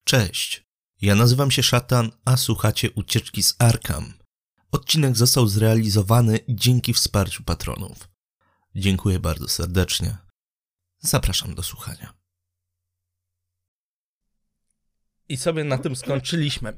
Cześć, ja nazywam się Szatan, a słuchacie Ucieczki z Arkham. Odcinek został zrealizowany dzięki wsparciu patronów. Dziękuję bardzo serdecznie. Zapraszam do słuchania. I sobie na tym skończyliśmy.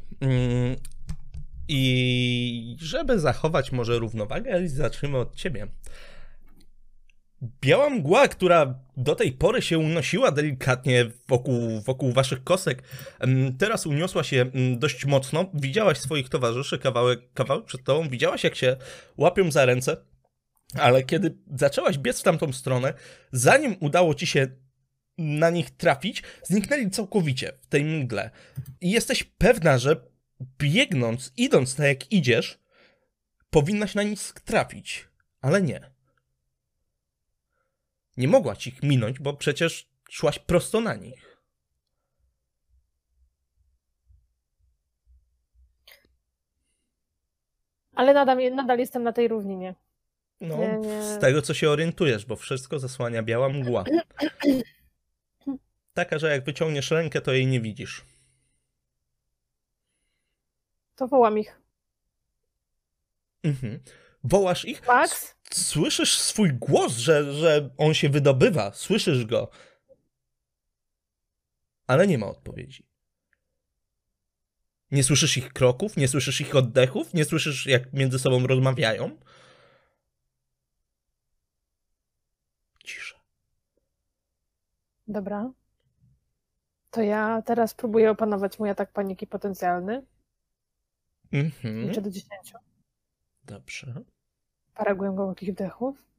I żeby zachować może równowagę, zaczniemy od ciebie. Biała mgła, która do tej pory się unosiła delikatnie wokół waszych kosek, teraz uniosła się dość mocno. Widziałaś swoich towarzyszy kawałek przed tobą, widziałaś jak się łapią za ręce, ale kiedy zaczęłaś biec w tamtą stronę, zanim udało ci się na nich trafić, zniknęli całkowicie w tej mgle. I jesteś pewna, że biegnąc, idąc tak jak idziesz, powinnaś na nich trafić, ale nie. Nie mogłaś ich minąć, bo przecież szłaś prosto na nich. Ale nadal jestem na tej równinie. No, z tego co się orientujesz, bo wszystko zasłania biała mgła. Taka, że jak wyciągniesz rękę, to jej nie widzisz. To wołam ich. Wołasz ich? Max? Słyszysz swój głos, że on się wydobywa. Słyszysz go. Ale nie ma odpowiedzi. Nie słyszysz ich kroków, nie słyszysz ich oddechów, nie słyszysz jak między sobą rozmawiają. Cisza. Dobra. To ja teraz próbuję opanować mój atak paniki potencjalny. Liczę do 10. Dobrze. Parę głębokich wdechów.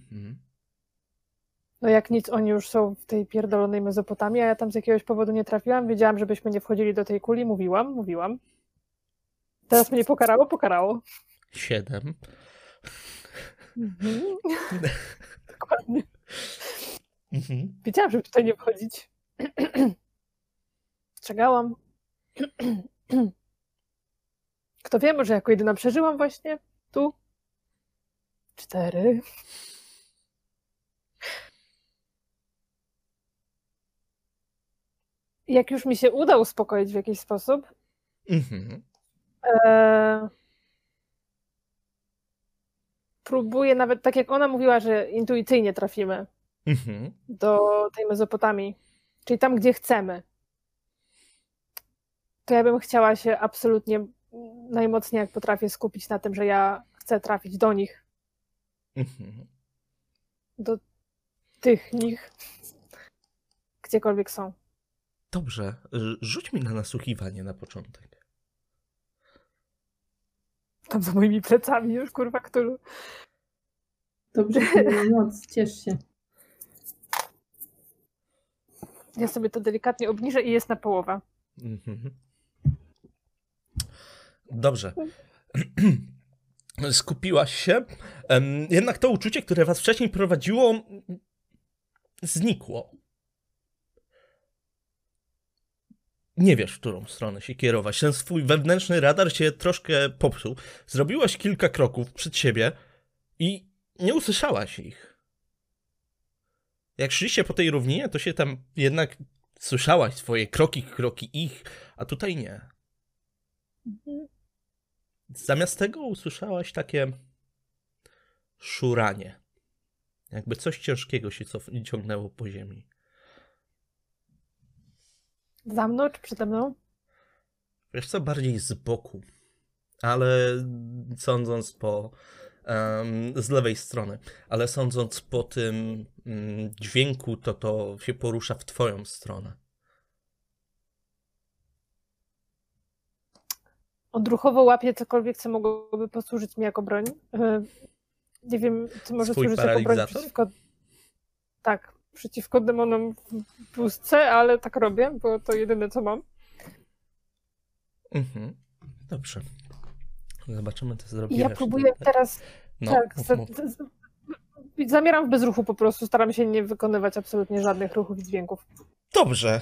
No jak nic, oni już są w tej pierdolonej Mezopotamii, a ja tam z jakiegoś powodu nie trafiłam. Wiedziałam, żebyśmy nie wchodzili do tej kuli. Mówiłam. Teraz mnie pokarało. 7. Dokładnie. Wiedziałam, żeby tutaj nie wchodzić. Strzegałam. Kto wie, może jako jedyna przeżyłam właśnie tu. 4. Jak już mi się uda uspokoić w jakiś sposób, próbuję nawet, tak jak ona mówiła, że intuicyjnie trafimy do tej Mezopotamii, czyli tam, gdzie chcemy, to ja bym chciała się absolutnie najmocniej, jak potrafię, skupić na tym, że ja chcę trafić do nich. Do tych nich, gdziekolwiek są. Dobrze, rzuć mi na nasłuchiwanie na początek. Tam za moimi plecami już, kurwa, Cthulhu. Dobrze, noc, ciesz się. Ja sobie to delikatnie obniżę i jest na połowę. Dobrze. Skupiłaś się. Jednak to uczucie, które was wcześniej prowadziło, znikło. Nie wiesz, w którą stronę się kierować. Ten swój wewnętrzny radar się troszkę popsuł. Zrobiłaś kilka kroków przed siebie i nie usłyszałaś ich. Jak szliście po tej równinie, to się tam jednak słyszałaś swoje kroki ich, a tutaj nie. Zamiast tego usłyszałaś takie szuranie. Jakby coś ciężkiego się ciągnęło po ziemi. Za mną czy przede mną? Wiesz co, bardziej z boku. Ale sądząc z lewej strony. Ale sądząc po tym dźwięku, to się porusza w twoją stronę. Odruchowo łapię cokolwiek, co mogłoby posłużyć mi jako broń. Nie wiem, co może służyć jako broń przeciwko... Tak, przeciwko demonom w pustce, ale tak robię, bo to jedyne, co mam. Dobrze. Zobaczymy, co zrobimy. Ja próbuję teraz... No, tak, mów. zamieram w bezruchu po prostu. Staram się nie wykonywać absolutnie żadnych ruchów i dźwięków. Dobrze.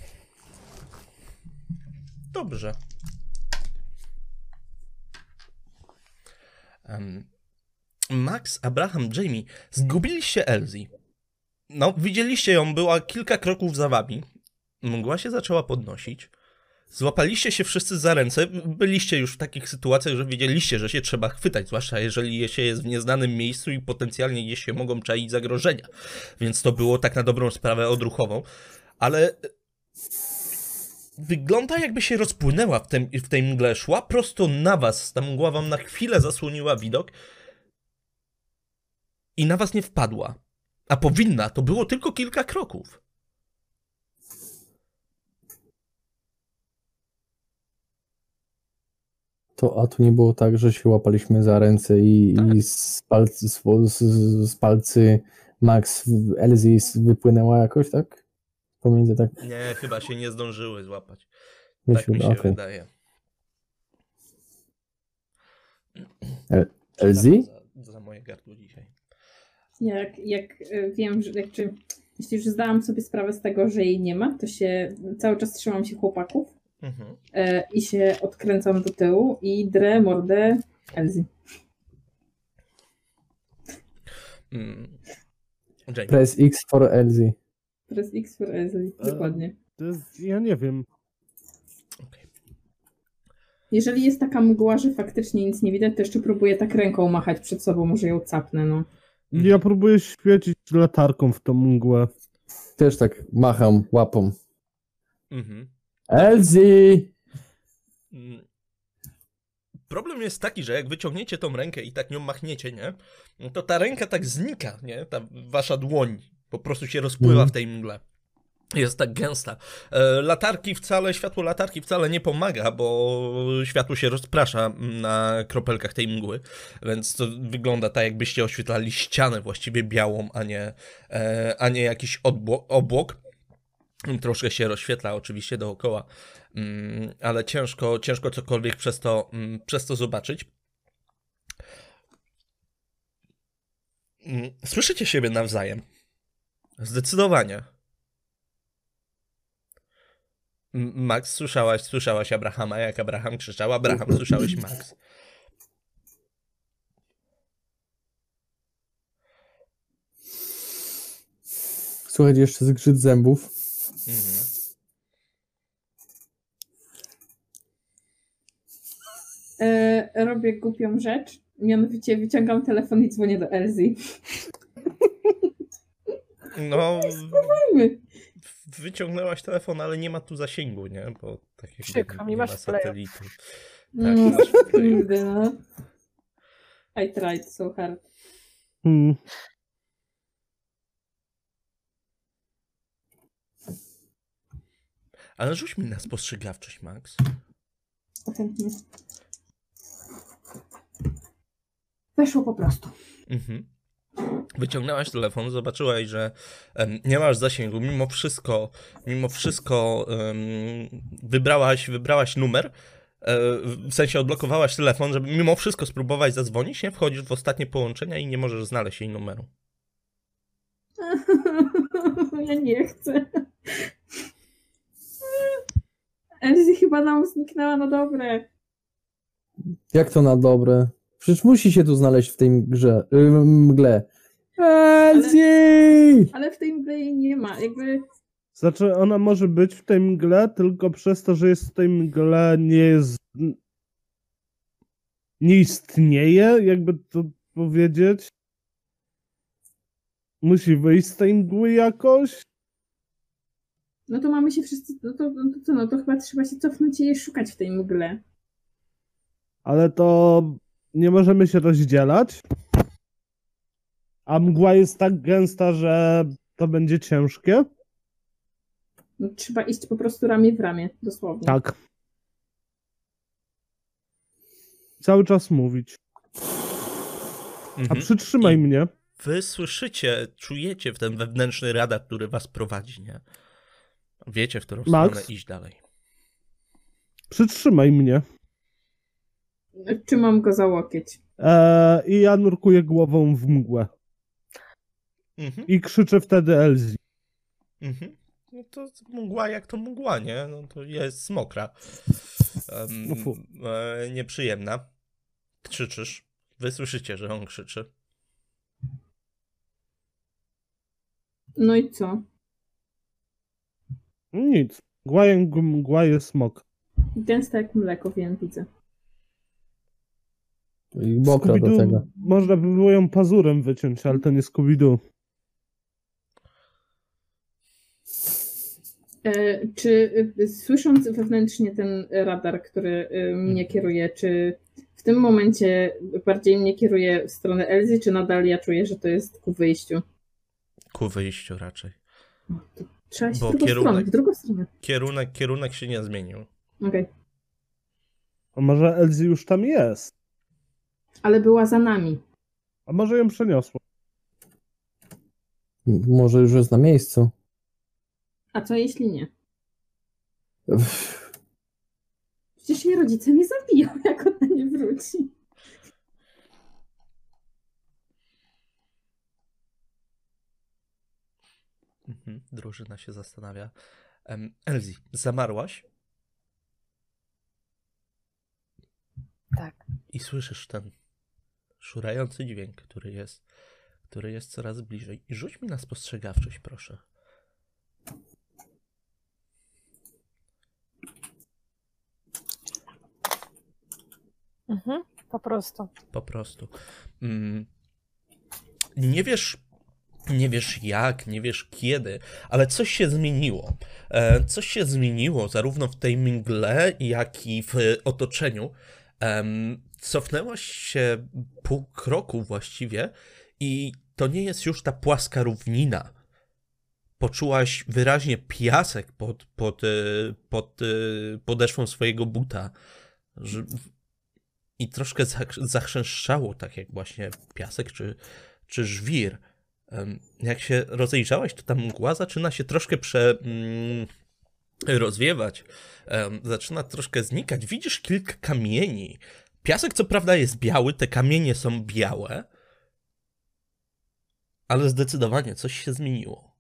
Max, Abraham, Jamie, zgubiliście Elsie. No, widzieliście ją, była kilka kroków za wami. Mgła się zaczęła podnosić. Złapaliście się wszyscy za ręce, byliście już w takich sytuacjach, że wiedzieliście, że się trzeba chwytać, zwłaszcza jeżeli się jest w nieznanym miejscu i potencjalnie gdzieś się mogą czaić zagrożenia. Więc to było tak na dobrą sprawę odruchową. Ale wygląda, jakby się rozpłynęła w tej mgle, szła prosto na was, ta mgła wam na chwilę zasłoniła widok i na was nie wpadła. A powinna, to było tylko kilka kroków. A tu nie było tak, że się łapaliśmy za ręce i z palcy Max Elsie wypłynęła jakoś, tak? Pomiędzy tak? Nie, chyba się nie zdążyły złapać. Nie Tak mi się wydaje. Elsie? Za moje gardło dzisiaj. Jak wiem, że jeśli już zdałam sobie sprawę z tego, że jej nie ma, to się cały czas trzymam się chłopaków i się odkręcam do tyłu i drę mordę Elsie. Press X for Elsie. Press X for Elsie, dokładnie. Ja nie wiem. Okay. Jeżeli jest taka mgła, że faktycznie nic nie widać, to jeszcze próbuję tak ręką machać przed sobą, może ją capnę, no. Ja próbuję świecić latarką w tą mgłę. Też tak macham łapą. Elsie! Problem jest taki, że jak wyciągniecie tą rękę i tak nią machniecie, nie? No to ta ręka tak znika, nie? Ta wasza dłoń po prostu się rozpływa w tej mgle. Jest tak gęsta. Światło latarki wcale nie pomaga, bo światło się rozprasza na kropelkach tej mgły, więc to wygląda tak, jakbyście oświetlali ścianę właściwie białą, a nie jakiś obłok. Troszkę się rozświetla oczywiście dookoła, ale ciężko cokolwiek przez to zobaczyć. Słyszycie siebie nawzajem. Zdecydowanie. Max, słyszałaś Abrahama, jak Abraham krzyczał. Abraham, słyszałeś Max. Słuchaj, jeszcze zgrzyt zębów. Robię głupią rzecz, mianowicie wyciągam telefon i dzwonię do Elsie. No, spróbujmy. Wyciągnęłaś telefon, ale nie ma tu zasięgu, nie? Bo tak jak przykro, nie masz ma satelitu. Tak, masz no. I tried so hard. Ale rzuć mi na spostrzegawczość, Max. Chętnie. Weszło po prostu. Wyciągnęłaś telefon, zobaczyłaś, że nie masz zasięgu. Mimo wszystko wybrałaś numer. W sensie odblokowałaś telefon, żeby mimo wszystko spróbować zadzwonić, nie? Wchodzisz w ostatnie połączenia i nie możesz znaleźć jej numeru. Ja nie chcę. Elsie chyba nam zniknęła na dobre. Jak to na dobre? Przecież musi się tu znaleźć w tej mgle. Elsie! Ale w tej mgle jej nie ma. Jakby... Znaczy, ona może być w tej mgle, tylko przez to, że jest w tej mgle, nie istnieje, jakby to powiedzieć. Musi wyjść z tej mgły jakoś. No to mamy się wszyscy... No to chyba trzeba się cofnąć i jej szukać w tej mgle. Ale to nie możemy się rozdzielać. A mgła jest tak gęsta, że to będzie ciężkie. No, trzeba iść po prostu ramię w ramię, dosłownie. Tak. Cały czas mówić. A przytrzymaj mnie. Wy słyszycie, czujecie w ten wewnętrzny radar, który was prowadzi, nie? Wiecie, w którą stronę iść dalej. Przytrzymaj mnie. Czy mam go za łokieć? I ja nurkuję głową w mgłę. I krzyczę wtedy Elsie. No to mgła jak to mgła, nie? No to jest mokra. Nieprzyjemna. Krzyczysz. Wy słyszycie, że on krzyczy. No i co? Nic. Mgła jest mokra. Gęste jak mleko, wiem, widzę. I mokro do tego. Można by było ją pazurem wyciąć, ale to nie Scooby-Doo. Czy słysząc wewnętrznie ten radar, który mnie kieruje, czy w tym momencie bardziej mnie kieruje w stronę Elzy, czy nadal ja czuję, że to jest ku wyjściu? Ku wyjściu raczej. Trzeba się w drugą stronę. Kierunek się nie zmienił. Okej. A może Elzy już tam jest? Ale była za nami. A może ją przeniosło? Może już jest na miejscu. A co jeśli nie? Przecież jej rodzice mnie zabiją, jak ona nie wróci. Drużyna się zastanawia. Elzy, zamarłaś? Tak. I słyszysz ten szurający dźwięk, który jest coraz bliżej. I rzuć mi na spostrzegawczość, proszę. Po prostu. Po prostu. Nie wiesz jak, nie wiesz kiedy, ale coś się zmieniło. Coś się zmieniło zarówno w tej mgle, jak i w otoczeniu. Cofnęłaś się pół kroku właściwie i to nie jest już ta płaska równina. Poczułaś wyraźnie piasek pod podeszwą swojego buta. I troszkę zachrzęszczało, tak jak właśnie piasek czy żwir. Jak się rozejrzałaś, to ta mgła zaczyna się troszkę rozwiewać. Zaczyna troszkę znikać. Widzisz kilka kamieni. Piasek co prawda jest biały, te kamienie są białe, ale zdecydowanie coś się zmieniło.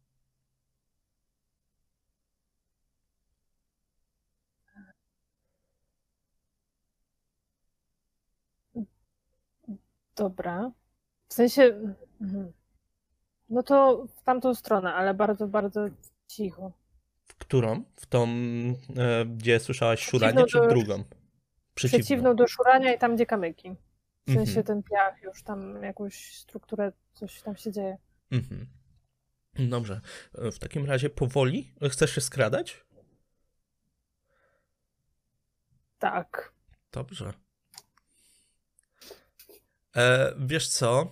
Dobra. W sensie... No to w tamtą stronę, ale bardzo, bardzo cicho. W którą? W tą, gdzie słyszałaś szuranie, czy drugą? Przeciwną do szurania i tam, gdzie kamyki. W sensie ten piach już tam jakąś strukturę, coś tam się dzieje. Dobrze. W takim razie powoli chcesz się skradać? Tak. Dobrze. Wiesz co?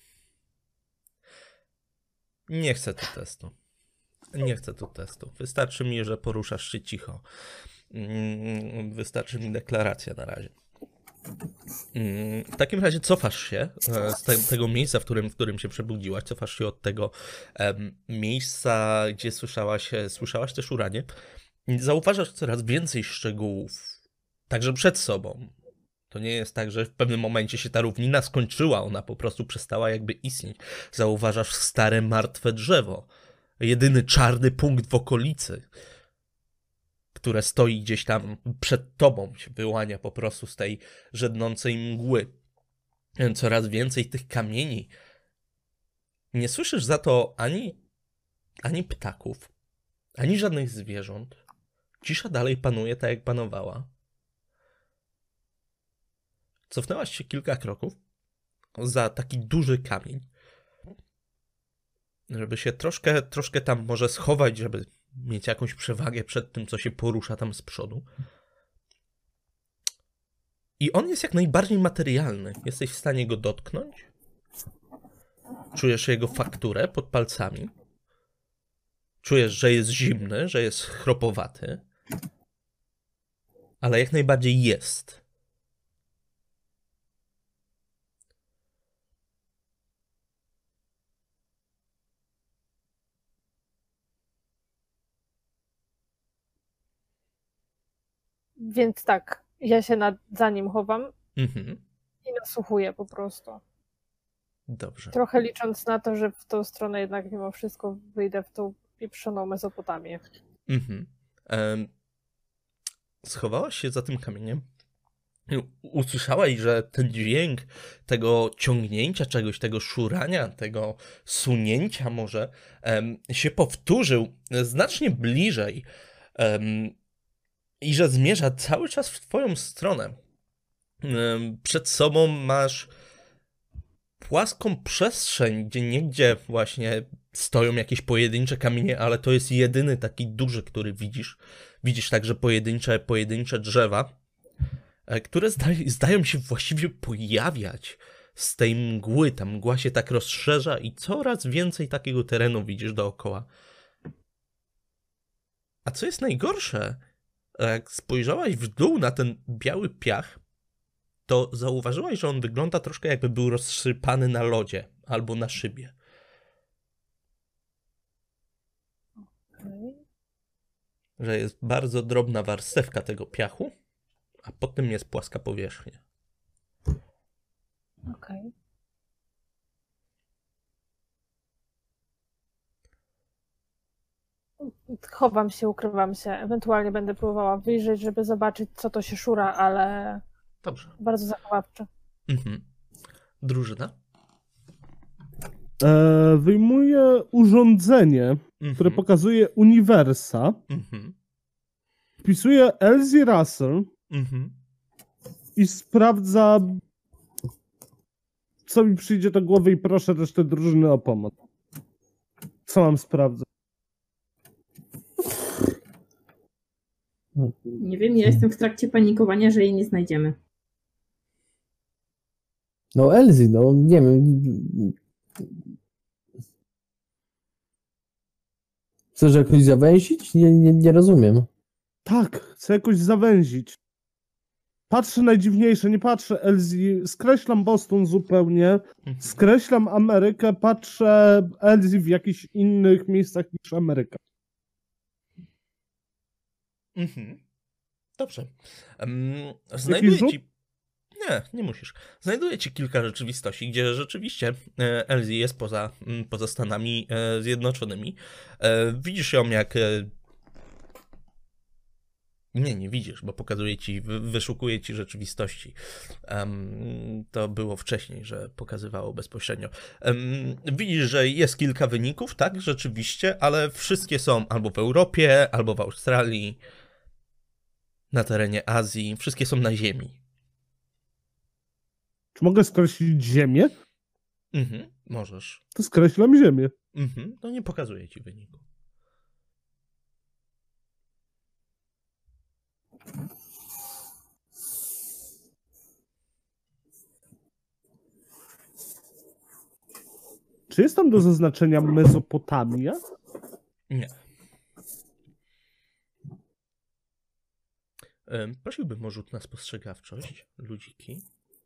Nie chcę tu testu. Wystarczy mi, że poruszasz się cicho. Wystarczy mi deklaracja na razie. W takim razie cofasz się z tego miejsca, w którym się przebudziłaś. Cofasz się od tego miejsca, gdzie słyszałaś też uranie. Zauważasz coraz więcej szczegółów. Także przed sobą. To nie jest tak, że w pewnym momencie się ta równina skończyła, ona po prostu przestała jakby istnieć. Zauważasz stare, martwe drzewo. Jedyny czarny punkt w okolicy, które stoi gdzieś tam przed tobą, się wyłania po prostu z tej żednącej mgły. Coraz więcej tych kamieni. Nie słyszysz za to ani ptaków, ani żadnych zwierząt. Cisza dalej panuje tak, jak panowała. Cofnęłaś się kilka kroków za taki duży kamień, żeby się troszkę tam może schować, żeby mieć jakąś przewagę przed tym, co się porusza tam z przodu. I on jest jak najbardziej materialny. Jesteś w stanie go dotknąć. Czujesz jego fakturę pod palcami. Czujesz, że jest zimny, że jest chropowaty. Ale jak najbardziej jest. Więc tak, ja się za nim chowam i nasłuchuję po prostu. Dobrze. Trochę licząc na to, że w tą stronę jednak mimo wszystko wyjdę w tą pieprzoną Mesopotamię. Schowałaś się za tym kamieniem. Usłyszałaś, że ten dźwięk tego ciągnięcia czegoś, tego szurania, tego sunięcia może się powtórzył znacznie bliżej. i że zmierza cały czas w twoją stronę. Przed sobą masz płaską przestrzeń, gdzie niegdzie właśnie stoją jakieś pojedyncze kamienie, ale to jest jedyny taki duży, który widzisz. Widzisz także pojedyncze drzewa, które zdają się właściwie pojawiać z tej mgły. Ta mgła się tak rozszerza i coraz więcej takiego terenu widzisz dookoła. A co jest najgorsze, jak spojrzałaś w dół na ten biały piach, to zauważyłaś, że on wygląda troszkę jakby był rozsypany na lodzie albo na szybie. Okay. Że jest bardzo drobna warstewka tego piachu, a potem jest płaska powierzchnia. Okej. Chowam się, ukrywam się. Ewentualnie będę próbowała wyjrzeć, żeby zobaczyć, co to się szura, ale Dobrze. bardzo zachowawcze. Drużyna? Wyjmuję urządzenie, które pokazuje uniwersa. Wpisuję Elsie Russell i sprawdza, co mi przyjdzie do głowy i proszę resztę drużyny o pomoc. Co mam sprawdzać? Nie wiem, ja jestem w trakcie panikowania, że jej nie znajdziemy. No Elsie, no nie wiem. Chcesz jakoś zawęzić? Nie rozumiem. Tak, chcę jakoś zawęzić. Patrzę najdziwniejsze, nie patrzę Elsie, skreślam Boston zupełnie, skreślam Amerykę, patrzę Elsie w jakichś innych miejscach niż Ameryka. Dobrze. Znajduję ci... Nie musisz. Znajduję ci kilka rzeczywistości, gdzie rzeczywiście Elsie jest poza Stanami Zjednoczonymi. Widzisz ją jak... Nie widzisz, bo pokazuje ci, wyszukuje ci rzeczywistości. To było wcześniej, że pokazywało bezpośrednio. Widzisz, że jest kilka wyników, tak, rzeczywiście, ale wszystkie są albo w Europie, albo w Australii, na terenie Azji, wszystkie są na Ziemi. Czy mogę skreślić Ziemię? Możesz. To skreślam Ziemię. To nie pokazuje ci wyniku. Czy jest tam do zaznaczenia Mezopotamia? Nie. Prosiłbym o rzut na spostrzegawczość, ludziki.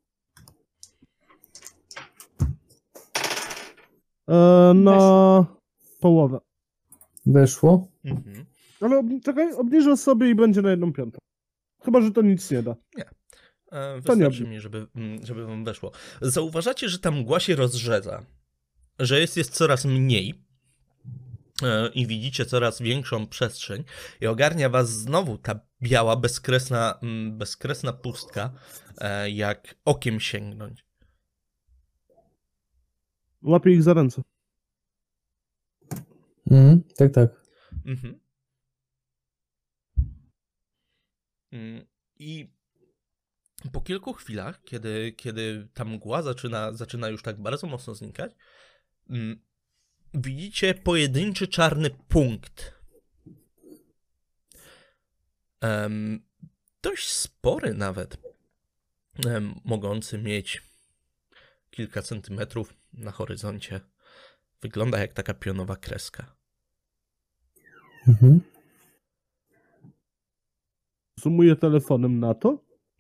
Na połowę. Weszło? Ale czekaj, obniżę sobie i będzie na 1/5. Chyba, że to nic nie da. Nie. Wystarczy mi, żeby wam weszło. Zauważacie, że ta mgła się rozrzedza. Że jest coraz mniej i widzicie coraz większą przestrzeń i ogarnia was znowu ta biała, bezkresna pustka, jak okiem sięgnąć. Łapię ich za ręce. Tak. I po kilku chwilach, kiedy ta mgła zaczyna już tak bardzo mocno znikać, widzicie pojedynczy czarny punkt. Dość spory nawet. Mogący mieć kilka centymetrów na horyzoncie. Wygląda jak taka pionowa kreska. Zoomuję telefonem na to.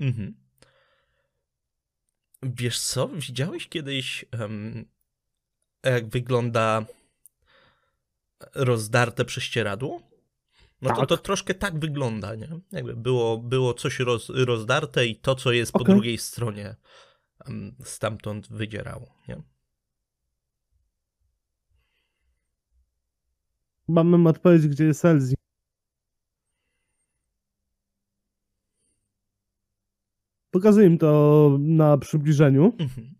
Wiesz co? Widziałeś kiedyś, jak wygląda rozdarte prześcieradło? No tak. To troszkę tak wygląda, nie? Jakby było coś rozdarte i to, co jest po drugiej stronie, stamtąd wydzierało, nie? Mamy odpowiedź, gdzie jest Elsie. Pokazuję im to na przybliżeniu.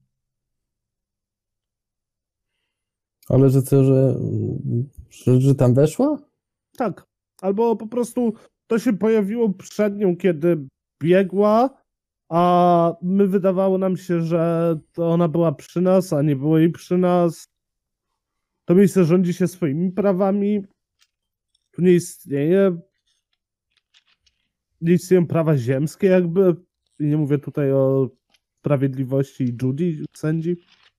Ale że tam weszła? Tak. Albo po prostu to się pojawiło przed nią, kiedy biegła, a my wydawało nam się, że to ona była przy nas, a nie było jej przy nas. To miejsce rządzi się swoimi prawami. Tu nie istnieją prawa ziemskie jakby. I nie mówię tutaj o sprawiedliwości i Judy, sędzi.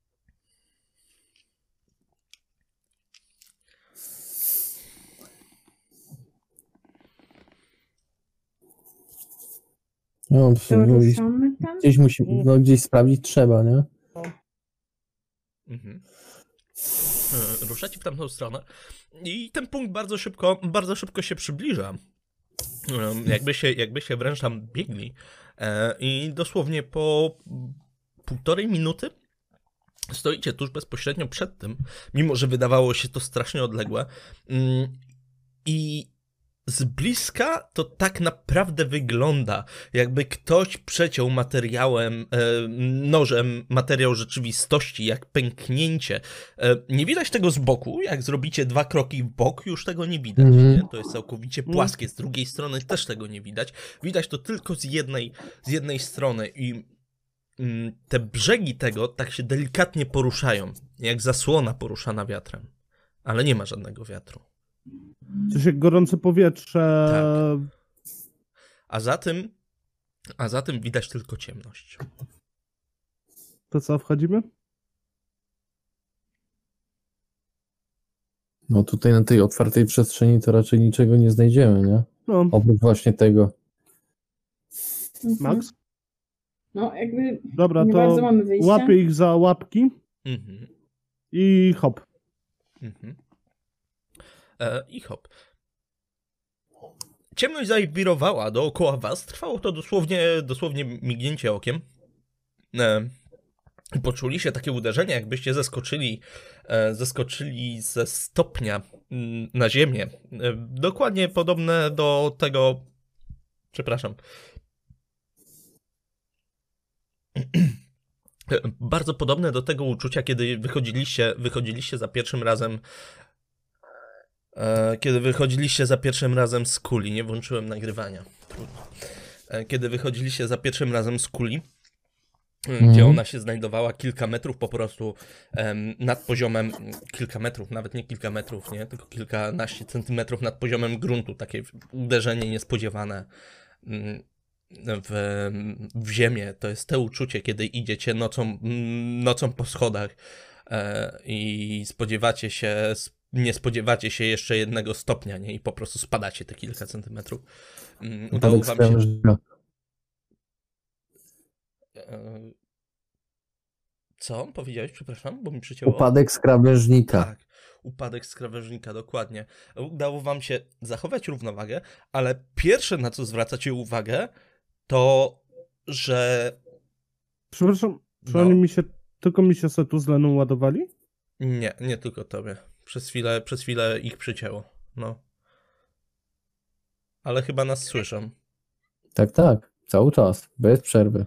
No, Gdzieś musimy, no gdzieś sprawdzić trzeba, nie? Mhm. Ruszacie w tamtą stronę i ten punkt bardzo szybko się przybliża. Jakbyście wręcz tam biegli. I dosłownie po 1,5 minuty stoicie tuż bezpośrednio przed tym, mimo że wydawało się to strasznie odległe. I z bliska to tak naprawdę wygląda, jakby ktoś przeciął nożem materiał rzeczywistości, jak pęknięcie. Nie widać tego z boku, jak zrobicie 2 kroki w bok, już tego nie widać. Nie? To jest całkowicie płaskie, z drugiej strony też tego nie widać. Widać to tylko z jednej strony i te brzegi tego tak się delikatnie poruszają, jak zasłona poruszana wiatrem, ale nie ma żadnego wiatru. Coś jak gorące powietrze. Tak. A za tym widać tylko ciemność. To co, wchodzimy? No tutaj na tej otwartej przestrzeni to raczej niczego nie znajdziemy, nie? No. Oprócz właśnie tego. Max? No jakby Dobra, nie to bardzo mamy wyjścia. łapię ich za łapki i hop. I hop. Ciemność zawirowała dookoła was. Trwało to dosłownie mignięcie okiem. Poczuli się takie uderzenie, jakbyście zeskoczyli ze stopnia na ziemię. Dokładnie podobne do tego... Przepraszam. Bardzo podobne do tego uczucia, kiedy wychodziliście za pierwszym razem z kuli. Nie włączyłem nagrywania. Trudno. Kiedy wychodziliście za pierwszym razem z kuli, gdzie ona się znajdowała kilka metrów po prostu nad poziomem, kilka metrów, nawet nie kilka metrów, nie, tylko kilkanaście centymetrów nad poziomem gruntu. Takie uderzenie niespodziewane w ziemię. To jest to uczucie, kiedy idziecie nocą po schodach i nie spodziewacie się jeszcze 1 stopnia, nie? I po prostu spadacie te kilka centymetrów. Udało wam się... Co powiedziałeś? Przepraszam, bo mi przycięło. Upadek z krawężnika. Tak, upadek z krawężnika, dokładnie. Udało wam się zachować równowagę, ale pierwsze, na co zwracacie uwagę, to, że... Przepraszam, czy oni tylko mi się tu z Leną ładowali? Nie tylko tobie. Przez chwilę ich przycięło. No. Ale chyba nas słyszą. Tak. Cały czas. Bez przerwy.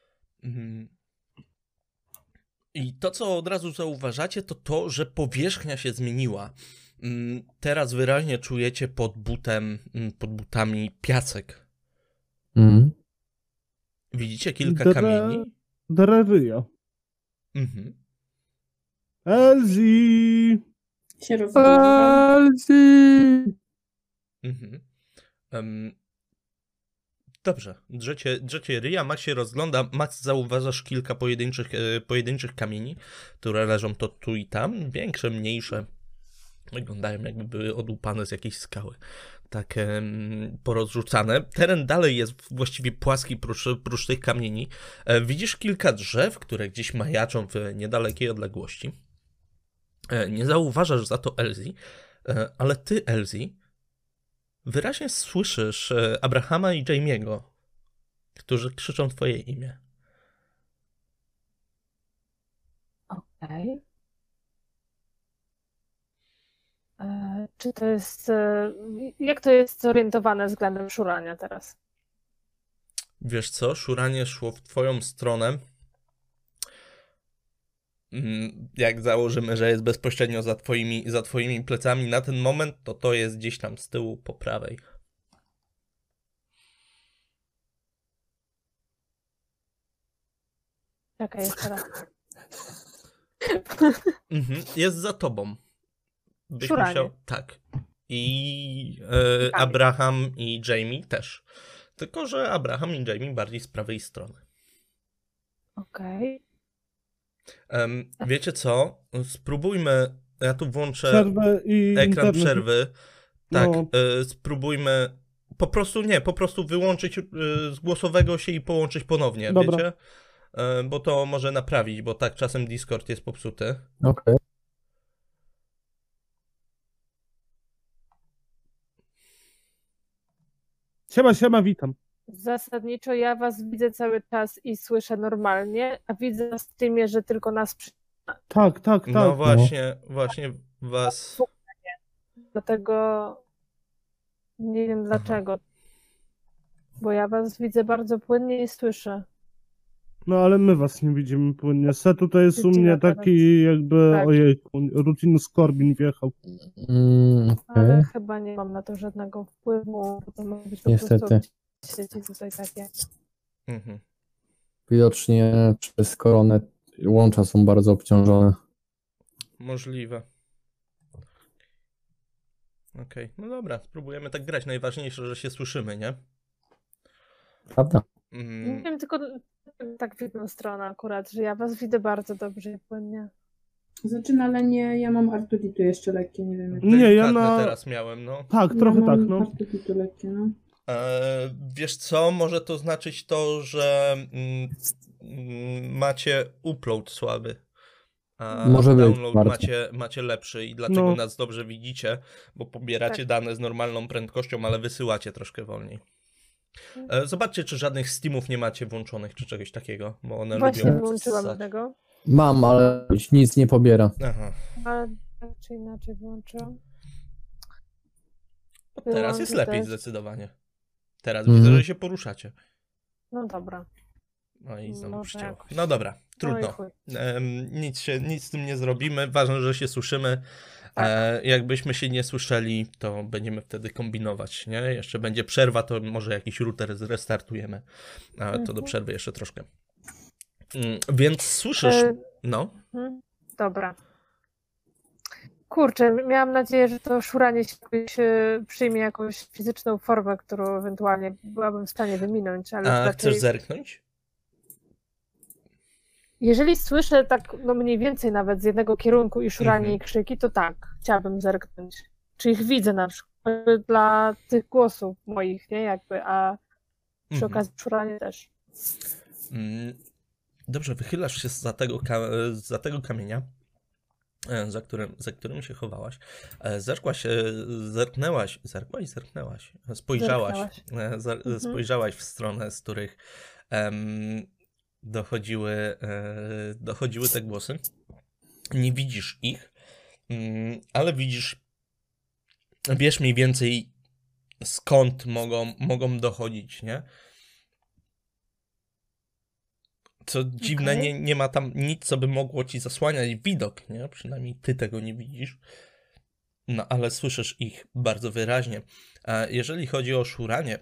I to, co od razu zauważacie, to to, że powierzchnia się zmieniła. Teraz wyraźnie czujecie pod butami piasek. Widzicie kilka kamieni? Dreryja. Elzi! Się rozgląda. Elzi! Dobrze, drzecie ryja, Max się rozgląda, Max zauważasz kilka pojedynczych kamieni, które leżą to tu i tam, większe, mniejsze, wyglądają jakby były odłupane z jakiejś skały, tak porozrzucane. Teren dalej jest właściwie płaski prócz tych kamieni. Widzisz kilka drzew, które gdzieś majaczą w niedalekiej odległości. Nie zauważasz za to Elzi, ale ty, Elzi, wyraźnie słyszysz Abrahama i Jamie'ego, którzy krzyczą twoje imię. Okej. Czy to jest... Jak to jest zorientowane względem szurania teraz? Wiesz co, szuranie szło w twoją stronę. Jak założymy, że jest bezpośrednio za twoimi plecami na ten moment, to jest gdzieś tam z tyłu po prawej. Czekaj, jeszcze raz. Jest za tobą. Byś Szuranie. musiał... Tak. I Ciekawie. Abraham i Jamie też. Tylko, że Abraham i Jamie bardziej z prawej strony. Okej. Wiecie co? Spróbujmy... Ja tu włączę Przerwę i ekran internet. przerwy. Tak, No. spróbujmy... Po prostu wyłączyć z głosowego się i połączyć ponownie, Dobra. wiecie? Bo to może naprawić, bo tak czasem Discord jest popsuty. Okej. Siema, witam. Zasadniczo ja was widzę cały czas i słyszę normalnie, a widzę na Steamie, że tylko nas Tak. No właśnie was... dlatego nie wiem dlaczego. Bo ja was widzę bardzo płynnie i słyszę. No ale my was nie widzimy płynnie. Setu to jest u Widzimy mnie teraz. taki jakby, Tak. ojejku, Rutinus Corbin wjechał. Ale Okej. chyba nie mam na to żadnego wpływu, bo to może być po Niestety. prostu sieci tutaj takie. Mhm. Widocznie przez koronę łącza są bardzo obciążone. Możliwe. Okej, no dobra, spróbujemy tak grać. Najważniejsze, że się słyszymy, nie? Prawda? Nie wiem, tylko tak w jedną stronę akurat, że ja was widzę bardzo dobrze i płynnie. Znaczy, ale nie, ja mam Artuditu jeszcze lekkie, nie wiem jak. Nie, ja Delikatne na... teraz miałem, no. Tak, trochę tak, mam no. Artuditu lekkie, no. Wiesz co, może to znaczyć to, że macie upload słaby, a Może być, download bardzo. macie lepszy i dlatego No. nas dobrze widzicie, bo pobieracie Tak. dane z normalną prędkością, ale wysyłacie troszkę wolniej. Zobaczcie, czy żadnych Steamów nie macie włączonych, czy czegoś takiego, bo one Właśnie lubią wyłączyłam ssać. tego, Mam, ale nic nie pobiera. Aha. ale tak czy inaczej wyłączyłam. Teraz jest lepiej też. zdecydowanie. Teraz Mhm. widzę, że się poruszacie. No dobra. No i znowu Może ścięło. jakoś. No dobra, No i trudno. chuj. Nic z tym nie zrobimy. Ważne, że się słyszymy. Tak. Jakbyśmy się nie słyszeli, to będziemy wtedy kombinować, nie? Jeszcze będzie przerwa, to może jakiś router zrestartujemy. A to do przerwy jeszcze troszkę. Więc słyszysz... No. Dobra. Kurczę, miałam nadzieję, że to szuranie się jakoś, przyjmie jakąś fizyczną formę, którą ewentualnie byłabym w stanie wyminąć, ale A raczej... chcesz zerknąć? Jeżeli słyszę tak, no mniej więcej nawet z jednego kierunku i szuranie Mhm. i krzyki, to tak, chciałabym zerknąć. Czy ich widzę na przykład dla tych głosów moich, nie? Jakby, a przy okazji szuranie też. Dobrze, wychylasz się za tego kamienia, za którym się chowałaś. Zerknęłaś. Spojrzałaś. Spojrzałaś w stronę, z których dochodziły te głosy. Nie widzisz ich, ale wiesz mniej więcej skąd mogą dochodzić, nie? Co dziwne, Okej. nie ma tam nic, co by mogło ci zasłaniać widok, nie? Przynajmniej ty tego nie widzisz. No, ale słyszysz ich bardzo wyraźnie. A jeżeli chodzi o szuranie,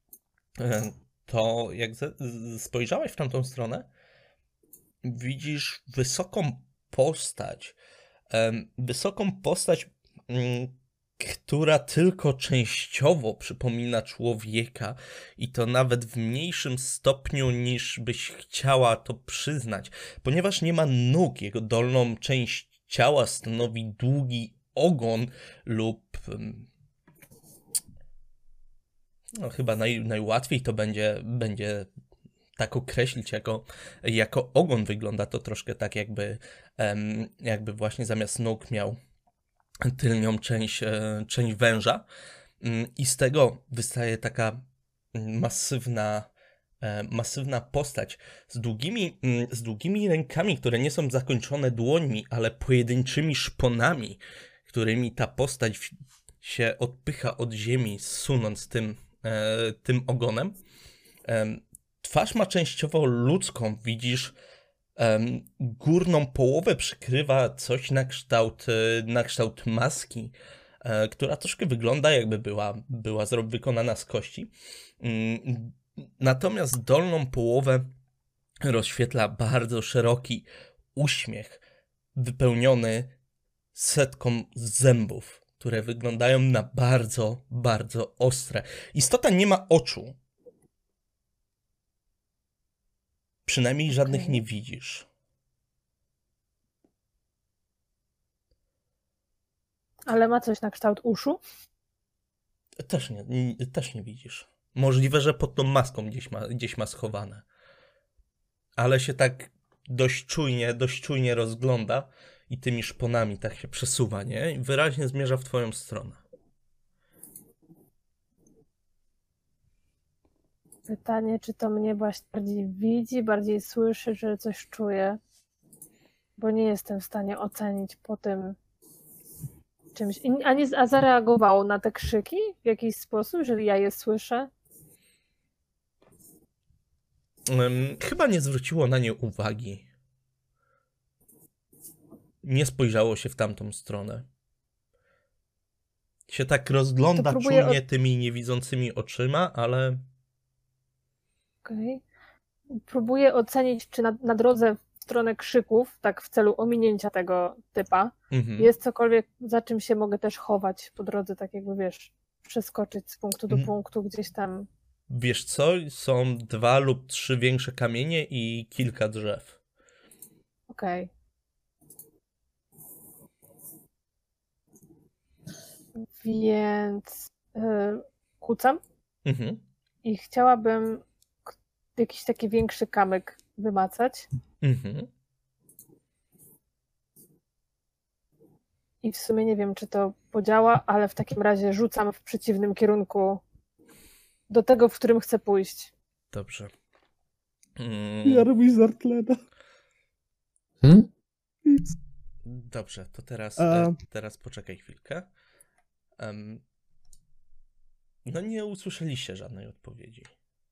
to jak spojrzałaś w tamtą stronę, widzisz wysoką postać, która tylko częściowo przypomina człowieka i to nawet w mniejszym stopniu niż byś chciała to przyznać, ponieważ nie ma nóg, jego dolną część ciała stanowi długi ogon lub no chyba najłatwiej to będzie tak określić jako ogon. Wygląda to troszkę tak jakby właśnie zamiast nóg miał tylnią część węża i z tego wystaje taka masywna postać z długimi rękami, które nie są zakończone dłońmi, ale pojedynczymi szponami, którymi ta postać się odpycha od ziemi, sunąc tym ogonem. Twarz ma częściowo ludzką, widzisz, górną połowę przykrywa coś na kształt maski, która troszkę wygląda, jakby była wykonana z kości. Natomiast dolną połowę rozświetla bardzo szeroki uśmiech, wypełniony setką zębów, które wyglądają na bardzo, bardzo ostre. Istota nie ma oczu. Przynajmniej żadnych nie widzisz. Ale ma coś na kształt uszu? Też nie widzisz. Możliwe, że pod tą maską gdzieś ma schowane. Ale się tak dość czujnie rozgląda i tymi szponami tak się przesuwa, nie? I wyraźnie zmierza w twoją stronę. Pytanie, czy to mnie właśnie bardziej widzi, bardziej słyszy, że coś czuje? Bo nie jestem w stanie ocenić po tym czymś. A zareagowało na te krzyki w jakiś sposób, jeżeli ja je słyszę? Chyba nie zwróciło na nie uwagi. Nie spojrzało się w tamtą stronę. Się tak rozgląda czujnie tymi niewidzącymi oczyma, ale... Okej. Próbuję ocenić, czy na drodze w stronę krzyków, tak w celu ominięcia tego typa, jest cokolwiek, za czym się mogę też chować po drodze, tak jakby, wiesz, przeskoczyć z punktu do punktu gdzieś tam. Wiesz co? Są 2 lub 3 większe kamienie i kilka drzew. Okej. Więc kucam i chciałabym jakiś taki większy kamyk wymacać. I w sumie nie wiem, czy to podziała, ale w takim razie rzucam w przeciwnym kierunku do tego, w którym chcę pójść. Dobrze. Ja robię z Artleda. Dobrze, to teraz poczekaj chwilkę. No nie usłyszeliście żadnej odpowiedzi.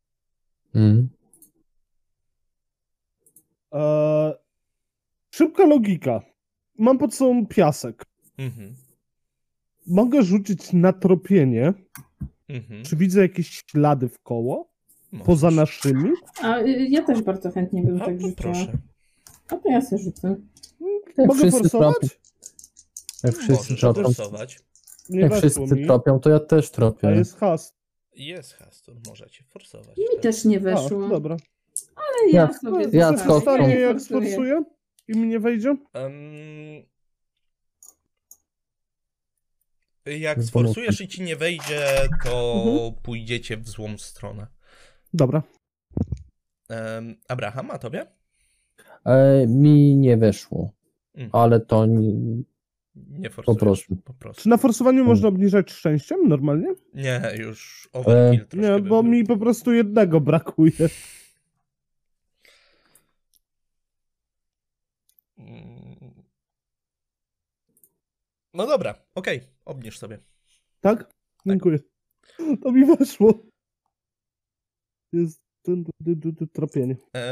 Szybka logika. Mam pod sobą piasek. Mogę rzucić na tropienie. Czy widzę jakieś ślady w koło? Poza naszymi? A ja też bardzo chętnie bym tak rzuciła. Proszę. A to ja sobie rzucę. Mogę forsować? Jak wszyscy tropią, forsować. jak wszyscy tropią, to ja też tropię. A jest hast. Jest hastur, możecie forsować. Mi też nie weszło. Dobra. Ale ja sobie... Ja Stanie, jak sforsuję i mi nie wejdzie? Jak sforsujesz i ci nie wejdzie, to pójdziecie w złą stronę. Dobra. Abraham, a tobie? Mi nie weszło, ale to nie forsujesz, po prostu. Czy na forsowaniu można obniżać szczęściem normalnie? Nie, już overkill troszkę. Nie, bo mi po prostu jednego brakuje. No dobra, okej, obniż sobie. Tak? Dziękuję. To mi weszło. Jest tropienie.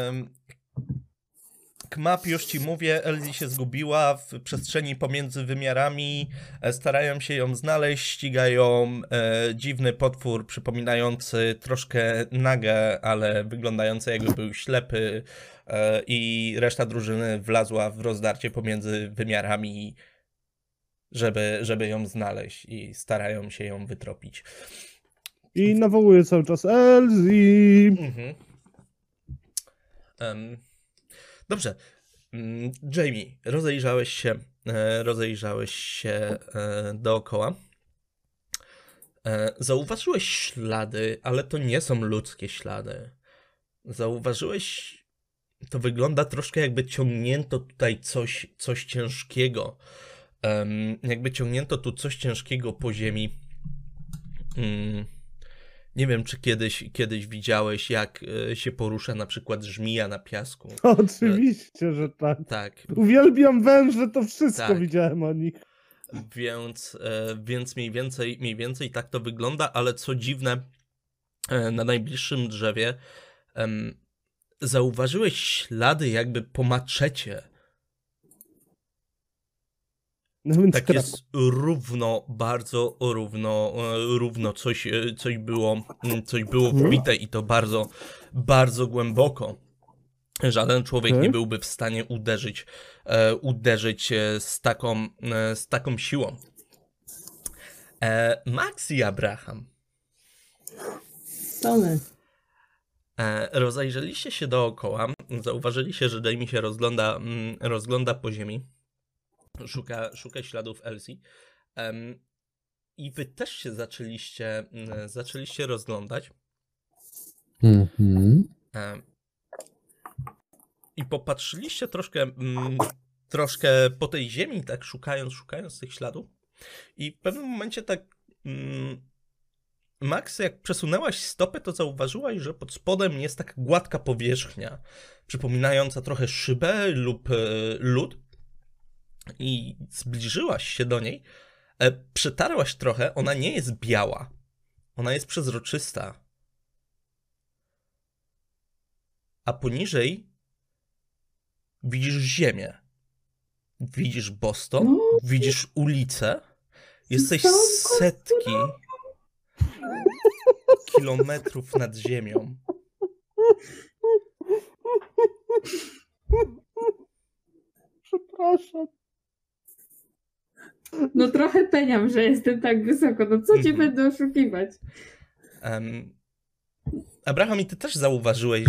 Kmap, już ci mówię, Elsie się zgubiła w przestrzeni pomiędzy wymiarami, starają się ją znaleźć, ścigają dziwny potwór przypominający troszkę Nagę, ale wyglądający jakby był ślepy i reszta drużyny wlazła w rozdarcie pomiędzy wymiarami, żeby ją znaleźć i starają się ją wytropić. I nawołuję cały czas Elsie. Dobrze. Jamie, rozejrzałeś się dookoła. Zauważyłeś ślady, ale to nie są ludzkie ślady. Zauważyłeś, to wygląda troszkę jakby ciągnięto tutaj coś ciężkiego. Jakby ciągnięto tu coś ciężkiego po ziemi. Nie wiem, czy kiedyś widziałeś, jak się porusza na przykład żmija na piasku. Oczywiście, że tak. Tak. Uwielbiam węże, to wszystko tak. Widziałem o nich. Więc mniej więcej tak to wygląda, ale co dziwne, na najbliższym drzewie zauważyłeś ślady jakby po maczecie. No tak jest bardzo równo coś było wbite i to bardzo, bardzo głęboko. Żaden człowiek nie byłby w stanie uderzyć z taką siłą. Max i Abraham. Co my? Rozejrzeliście się dookoła, zauważyliście, że Jamie się rozgląda po ziemi, szuka śladów Elsie. I wy też się zaczęliście rozglądać. I popatrzyliście troszkę po tej ziemi, tak szukając tych śladów. I w pewnym momencie tak Max, jak przesunęłaś stopę, to zauważyłaś, że pod spodem jest taka gładka powierzchnia, przypominająca trochę szybę lub lód. I zbliżyłaś się do niej, przetarłaś trochę, ona nie jest biała, ona jest przezroczysta. A poniżej widzisz ziemię, widzisz Boston, widzisz ulicę, jesteś setki kilometrów nad ziemią. Przepraszam. No trochę peniam, że jestem tak wysoko. No co cię będę oszukiwać? Abraham, i ty też zauważyłeś,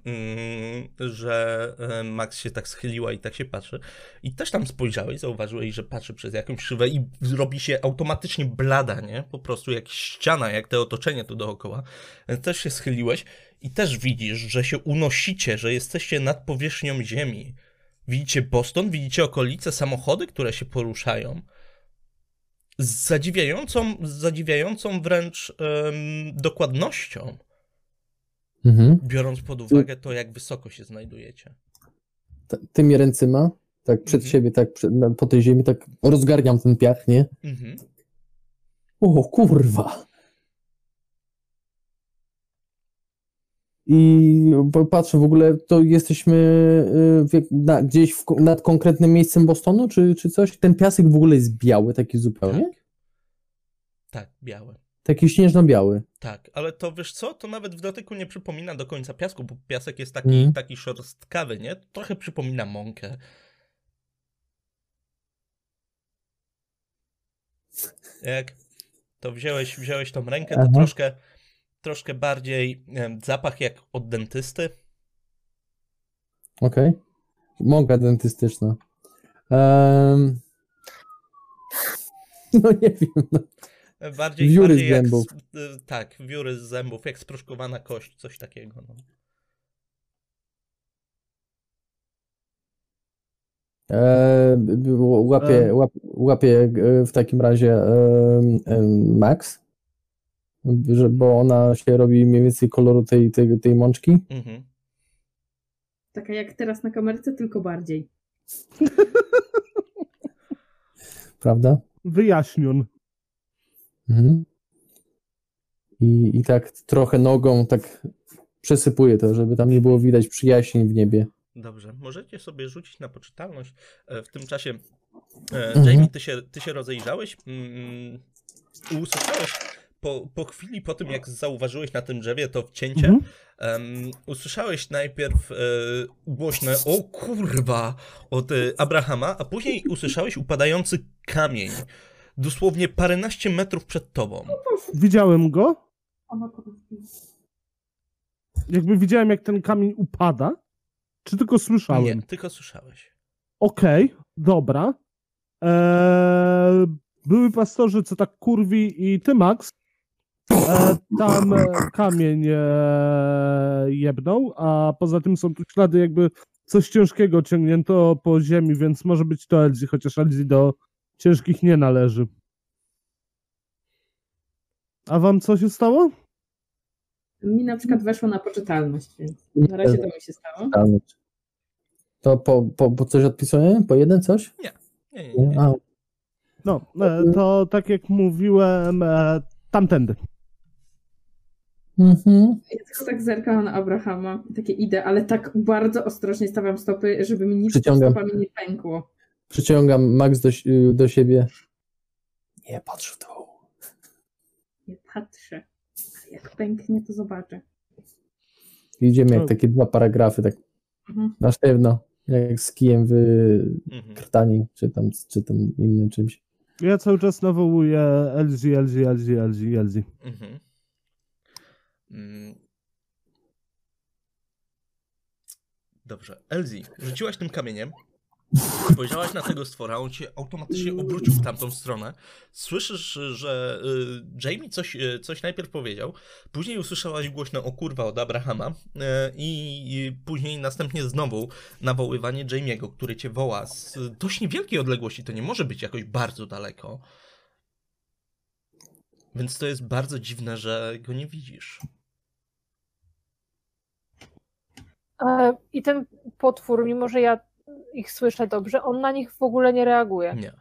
że Max się tak schyliła i tak się patrzy. I też tam spojrzałeś, zauważyłeś, że patrzy przez jakąś szybę i robi się automatycznie blada, nie? Po prostu jak ściana, jak te otoczenie tu dookoła. Też się schyliłeś i też widzisz, że się unosicie, że jesteście nad powierzchnią ziemi. Widzicie Boston, widzicie okolice, samochody, które się poruszają. Z zadziwiającą wręcz dokładnością. Biorąc pod uwagę to, jak wysoko się znajdujecie. Tymi ręcyma, tak przed siebie, tak po tej ziemi, tak rozgarniam ten piach, nie? O kurwa! I patrzę, w ogóle to jesteśmy gdzieś nad konkretnym miejscem Bostonu, czy coś? Ten piasek w ogóle jest biały, taki zupełnie? Tak, biały. Taki śnieżno-biały. Tak, ale to wiesz co, to nawet w dotyku nie przypomina do końca piasku, bo piasek jest taki szorstkawy, nie? Trochę przypomina mąkę. Jak to wziąłeś tą rękę, to troszkę bardziej zapach jak od dentysty. Okej. Mąka dentystyczna. No nie wiem. No. Wióry z zębów. Tak, wióry z zębów, jak sproszkowana kość, coś takiego. No. Łapię w takim razie Max, bo ona się robi mniej więcej koloru tej mączki. Taka jak teraz na kamerce, tylko bardziej. Prawda? Wyjaśnion. I tak trochę nogą tak przesypuję to, żeby tam nie było widać przyjaźni w niebie. Dobrze, możecie sobie rzucić na poczytalność. W tym czasie, Jamie, ty się rozejrzałeś, usłyszałeś po chwili, po tym jak zauważyłeś na tym drzewie to wcięcie, usłyszałeś najpierw głośne o kurwa od Abrahama, a później usłyszałeś upadający kamień. Dosłownie paręnaście metrów przed tobą. Widziałem go. Jakby widziałem, jak ten kamień upada. Czy tylko słyszałem? Nie, tylko słyszałeś. Okej, dobra. Były pastorzy, co tak kurwi i ty, Max, tam kamień jebnął, a poza tym są tu ślady jakby coś ciężkiego ciągnięto po ziemi, więc może być to Elsie, chociaż Elsie do ciężkich nie należy. A wam co się stało? Mi na przykład weszło na poczytalność, więc na razie to mi się stało. To po coś odpisuję? Po jeden coś? Nie. No, to tak jak mówiłem, tamtędy. Ja tylko tak zerkałam na Abrahama, takie idę, ale tak bardzo ostrożnie stawiam stopy, żeby mi nic pod stopami nie pękło. Przyciągam Max do siebie. Nie patrz w dół. Nie patrzę. Ale jak pęknie, to zobaczę. Idziemy jak takie dwa paragrafy, tak Na sztywno, jak z kijem w krtani, czy tam innym czymś. Ja cały czas nawołuję LG. Dobrze. Elsie, rzuciłaś tym kamieniem, spojrzałaś na tego stwora, on się automatycznie obrócił w tamtą stronę. Słyszysz, że Jamie coś najpierw powiedział, później usłyszałaś głośno o kurwa od Abrahama i później następnie znowu nawoływanie Jamie'ego, który cię woła z dość niewielkiej odległości, to nie może być jakoś bardzo daleko. Więc to jest bardzo dziwne, że go nie widzisz. I ten potwór, mimo że ja ich słyszę dobrze, on na nich w ogóle nie reaguje. Nie.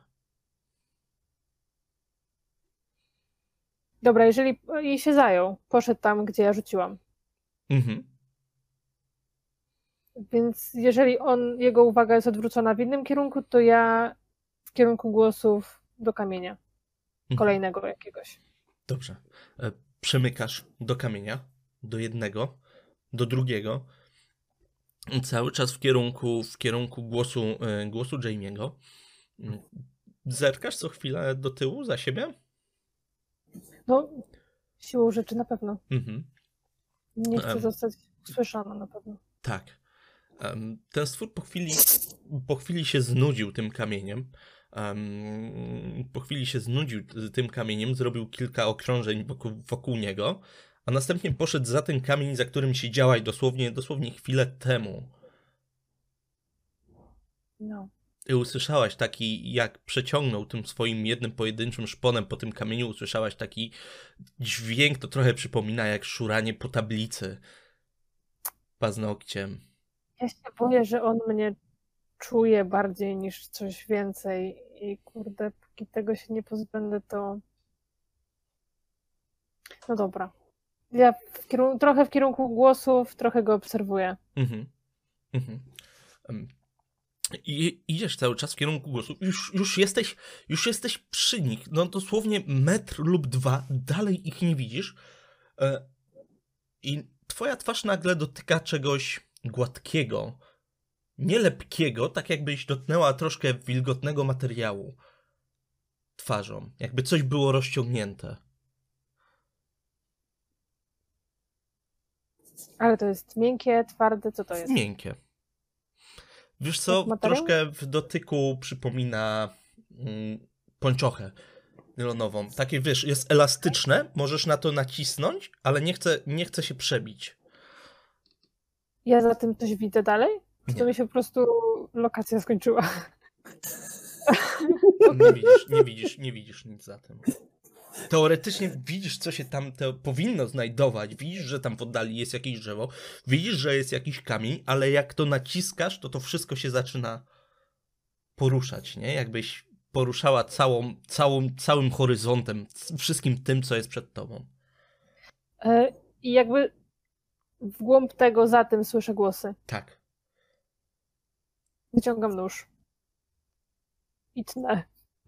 Dobra, jeżeli jej się zajął, poszedł tam, gdzie ja rzuciłam. Więc jeżeli jego uwaga jest odwrócona w innym kierunku, to ja w kierunku głosów do kamienia. Kolejnego jakiegoś. Dobrze. Przemykasz do kamienia, do jednego, do drugiego. Cały czas w kierunku głosu Jamie'ego. Zerkasz co chwilę do tyłu, za siebie? No, siłą rzeczy na pewno. Nie chcę zostać usłyszana na pewno. Tak. Ten stwór po chwili się znudził tym kamieniem. Zrobił kilka okrążeń wokół niego, a następnie poszedł za ten kamień, za którym siedziałaś dosłownie chwilę temu. No. I usłyszałaś taki, jak przeciągnął tym swoim jednym pojedynczym szponem po tym kamieniu, usłyszałaś taki dźwięk, to trochę przypomina jak szuranie po tablicy paznokciem. Ja się boję, że on mnie czuje bardziej niż coś więcej i kurde, póki tego się nie pozbędę, to... No dobra. Ja trochę w kierunku głosów, trochę go obserwuję. I idziesz cały czas w kierunku głosów. Już jesteś przy nich. No dosłownie metr lub dwa. Dalej ich nie widzisz. I twoja twarz nagle dotyka czegoś gładkiego. Nie lepkiego, tak jakbyś dotknęła troszkę wilgotnego materiału twarzą. Jakby coś było rozciągnięte. Ale to jest miękkie, twarde, co to jest? Miękkie. Wiesz co, troszkę w dotyku przypomina pończochę nylonową. Takie, wiesz, jest elastyczne, możesz na to nacisnąć, ale nie chce się przebić. Ja za tym coś widzę dalej? Czy to mi się po prostu lokacja skończyła? Nie widzisz nic za tym. Teoretycznie widzisz, co się tam powinno znajdować. Widzisz, że tam w oddali jest jakieś drzewo. Widzisz, że jest jakiś kamień, ale jak to naciskasz, to wszystko się zaczyna poruszać, nie? Jakbyś poruszała całym horyzontem, wszystkim tym, co jest przed tobą. I jakby w głąb tego za tym słyszę głosy. Tak. Wyciągam nóż. I tnę.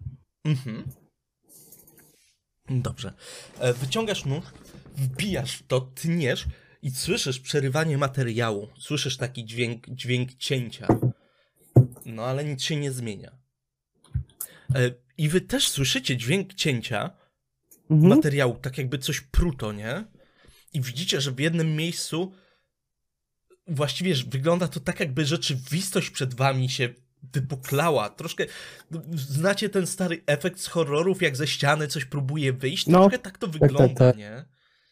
Dobrze. Wyciągasz nóż, wbijasz w to, tniesz i słyszysz przerywanie materiału. Słyszysz taki dźwięk cięcia. No ale nic się nie zmienia. I wy też słyszycie dźwięk cięcia materiału, tak jakby coś pruto, nie? I widzicie, że w jednym miejscu właściwie wygląda to tak, jakby rzeczywistość przed wami się wybuklała. Troszkę znacie ten stary efekt z horrorów, jak ze ściany coś próbuje wyjść? Troszkę tak to wygląda, nie?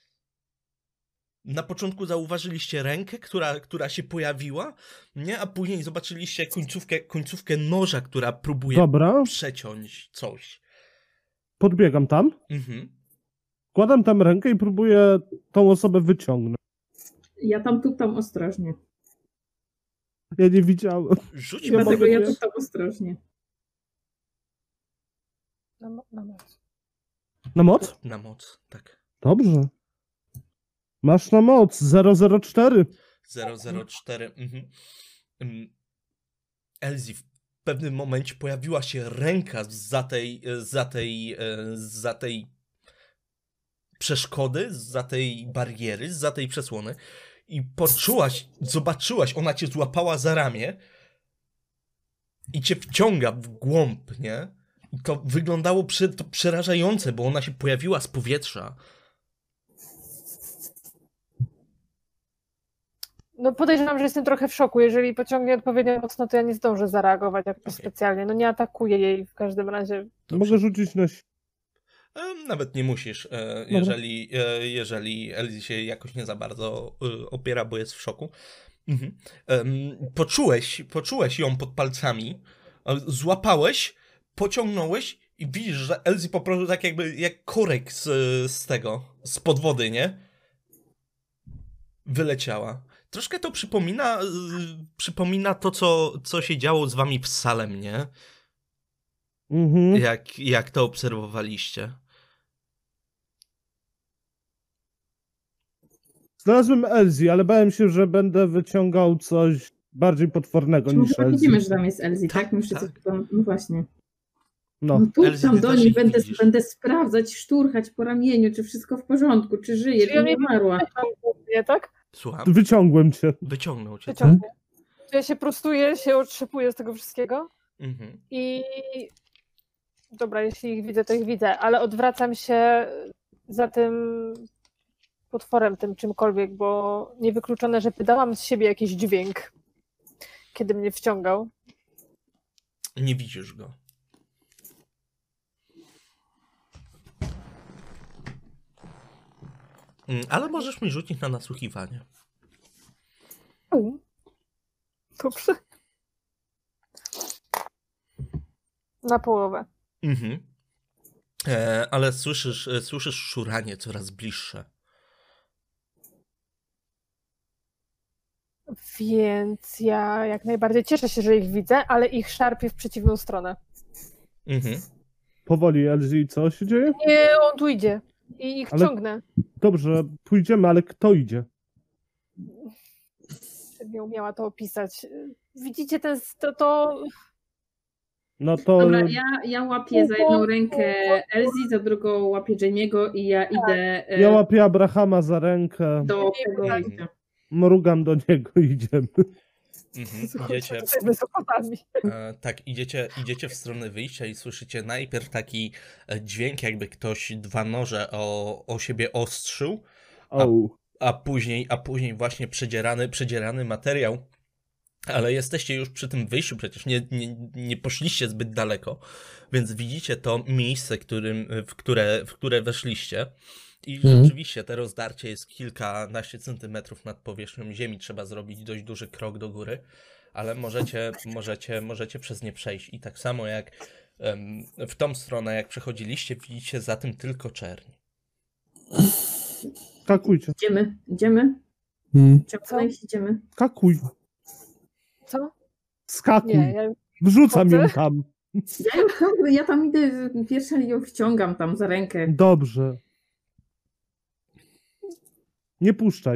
Na początku zauważyliście rękę, która się pojawiła, nie? A później zobaczyliście końcówkę noża, która próbuje przeciąć coś. Podbiegam tam. Kładam tam rękę i próbuję tą osobę wyciągnąć. Ja tam tuptam ostrożnie. Ja nie widziałem. Dlatego ja tuptam ostrożnie. Na moc. Na moc? Na moc, tak. Dobrze. Masz na moc 004. 004. Elsie, w pewnym momencie pojawiła się ręka za tej przeszkody, za tej bariery, za tej przesłony i zobaczyłaś, ona cię złapała za ramię i cię wciąga w głąb, nie? I to wyglądało przerażające, bo ona się pojawiła z powietrza. No podejrzewam, że jestem trochę w szoku. Jeżeli pociągnie odpowiednio mocno, to ja nie zdążę zareagować jakoś specjalnie. No nie atakuję jej w każdym razie. Mogę rzucić na... Nawet nie musisz, jeżeli Elsie się jakoś nie za bardzo opiera, bo jest w szoku. Mhm. Poczułeś ją pod palcami, złapałeś, pociągnąłeś i widzisz, że Elsie po prostu tak jakby jak korek spod wody, nie? Wyleciała. Troszkę to przypomina to, co się działo z wami w Salem, nie? Mhm. Jak to obserwowaliście. Znalazłem Elsie, ale bałem się, że będę wyciągał coś bardziej potwornego niż Elsie. Widzimy, że tam jest Elsie, tak? Muszę coś tam... No właśnie. No. Tam do niej będę sprawdzać, szturchać po ramieniu, czy wszystko w porządku, czy żyje, czy nie umarła. Nie, tak? Słucham? Wyciągłem cię. Wyciągnął cię. Wyciągnie. To ja się prostuję, się otrzepuję z tego wszystkiego i dobra, jeśli ich widzę, to ich widzę, ale odwracam się za tym potworem, tym czymkolwiek, bo niewykluczone, że wydałam z siebie jakiś dźwięk, kiedy mnie wciągał. Nie widzisz go. Ale możesz mi rzucić na nasłuchiwanie. Dobrze. Na połowę. Ale słyszysz szuranie coraz bliższe. Więc ja jak najbardziej cieszę się, że ich widzę, ale ich szarpię w przeciwną stronę. Powoli, Elsie, co się dzieje? Nie, on tu idzie. I ich ciągnę. Dobrze, pójdziemy, ale kto idzie? Nie umiała to opisać. Widzicie to... No to... Dobra, ja łapię za jedną rękę Elsie, za drugą łapię Jamie'ego i ja idę... Ja łapię Abrahama za rękę. Do tego wyjścia. Mrugam do niego i idziemy. Idziecie. Tak, idziecie w stronę wyjścia i słyszycie najpierw taki dźwięk, jakby ktoś dwa noże o siebie ostrzył, a później właśnie przedzierany materiał. Ale jesteście już przy tym wyjściu, przecież nie poszliście zbyt daleko, więc widzicie to miejsce, w które weszliście. I rzeczywiście to rozdarcie jest kilkanaście centymetrów nad powierzchnią ziemi. Trzeba zrobić dość duży krok do góry, ale możecie przez nie przejść. I tak samo jak w tą stronę, jak przechodziliście, widzicie za tym tylko czerń. Skakujcie. Idziemy. Idziemy. Skakuj. Co? Skakuj. Nie, Wrzucam ją tam. Ja tam idę pierwsza i ją wciągam tam za rękę. Dobrze. Nie puszczaj.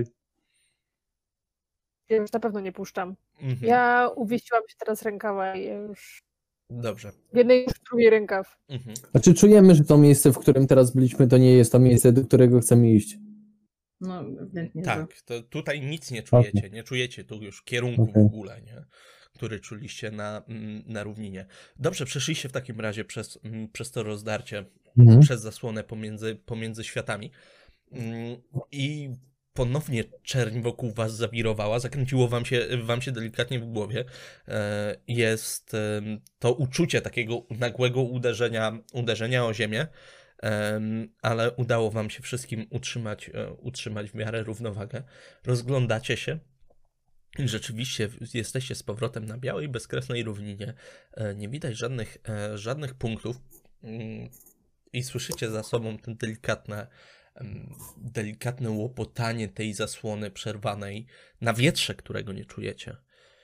Ja już na pewno nie puszczam. Ja uwieściłam się teraz rękawa i już... Dobrze. W jednej już drugiej rękaw. Znaczy czujemy, że to miejsce, w którym teraz byliśmy, to nie jest to miejsce, do którego chcemy iść. No, ewidentnie. Tak, to tutaj nic nie czujecie. Okay. Nie czujecie tu już kierunku w ogóle, nie? Który czuliście na równinie. Dobrze, przeszliście w takim razie przez to rozdarcie, przez zasłonę pomiędzy światami. I ponownie czerń wokół was zawirowała, zakręciło wam się delikatnie w głowie. Jest to uczucie takiego nagłego uderzenia o ziemię, ale udało wam się wszystkim utrzymać w miarę równowagę. Rozglądacie się i rzeczywiście jesteście z powrotem na białej, bezkresnej równinie. Nie widać żadnych punktów i słyszycie za sobą ten delikatne łopotanie tej zasłony przerwanej na wietrze, którego nie czujecie.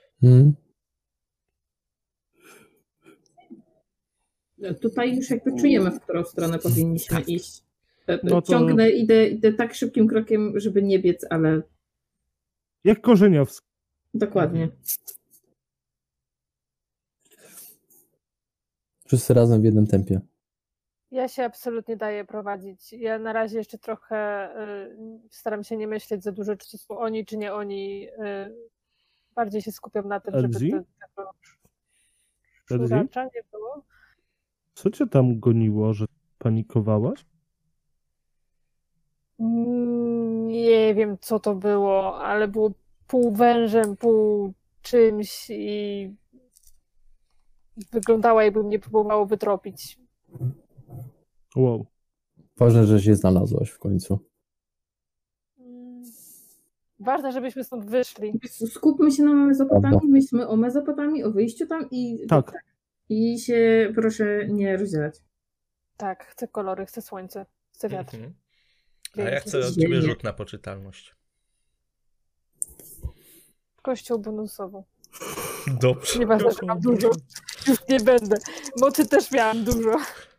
Tutaj już jakby czujemy, w którą stronę powinniśmy iść. Ciągnę, idę tak szybkim krokiem, żeby nie biec, ale... Jak Korzeniowski. Dokładnie. Wszyscy razem w jednym tempie. Ja się absolutnie daję prowadzić. Ja na razie jeszcze trochę staram się nie myśleć za dużo, czy to są oni, czy nie oni. Bardziej się skupiam na tym, żeby tego szuracza nie było. Co cię tam goniło, że panikowałaś? Nie wiem, co to było, ale było pół wężem, pół czymś i wyglądała, jakby mnie próbowało wytropić. Wow. Ważne, że się znalazłaś w końcu. Ważne, żebyśmy stąd wyszli. Skupmy się na Mezopotamii, myślmy o Mezopotamii, o wyjściu tam i tak. I się proszę nie rozdzielać. Tak, chcę kolory, chcę słońce, chcę wiatr. A ja chcę od ciebie rzut na poczytalność. Kością bonusową. Dobrze. Nieważne, że mam dużo. Już nie będę. Mocy też miałam dużo.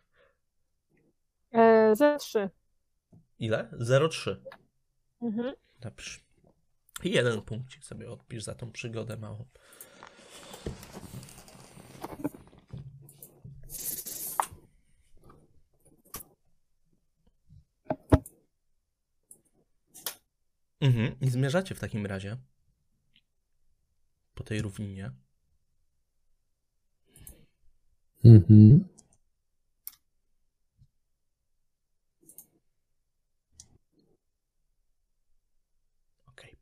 0,3. Ile? 0,3. Mhm. Dobrze. I 1 punkcik sobie odpisz za tą przygodę małą. I zmierzacie w takim razie po tej równinie. Okej.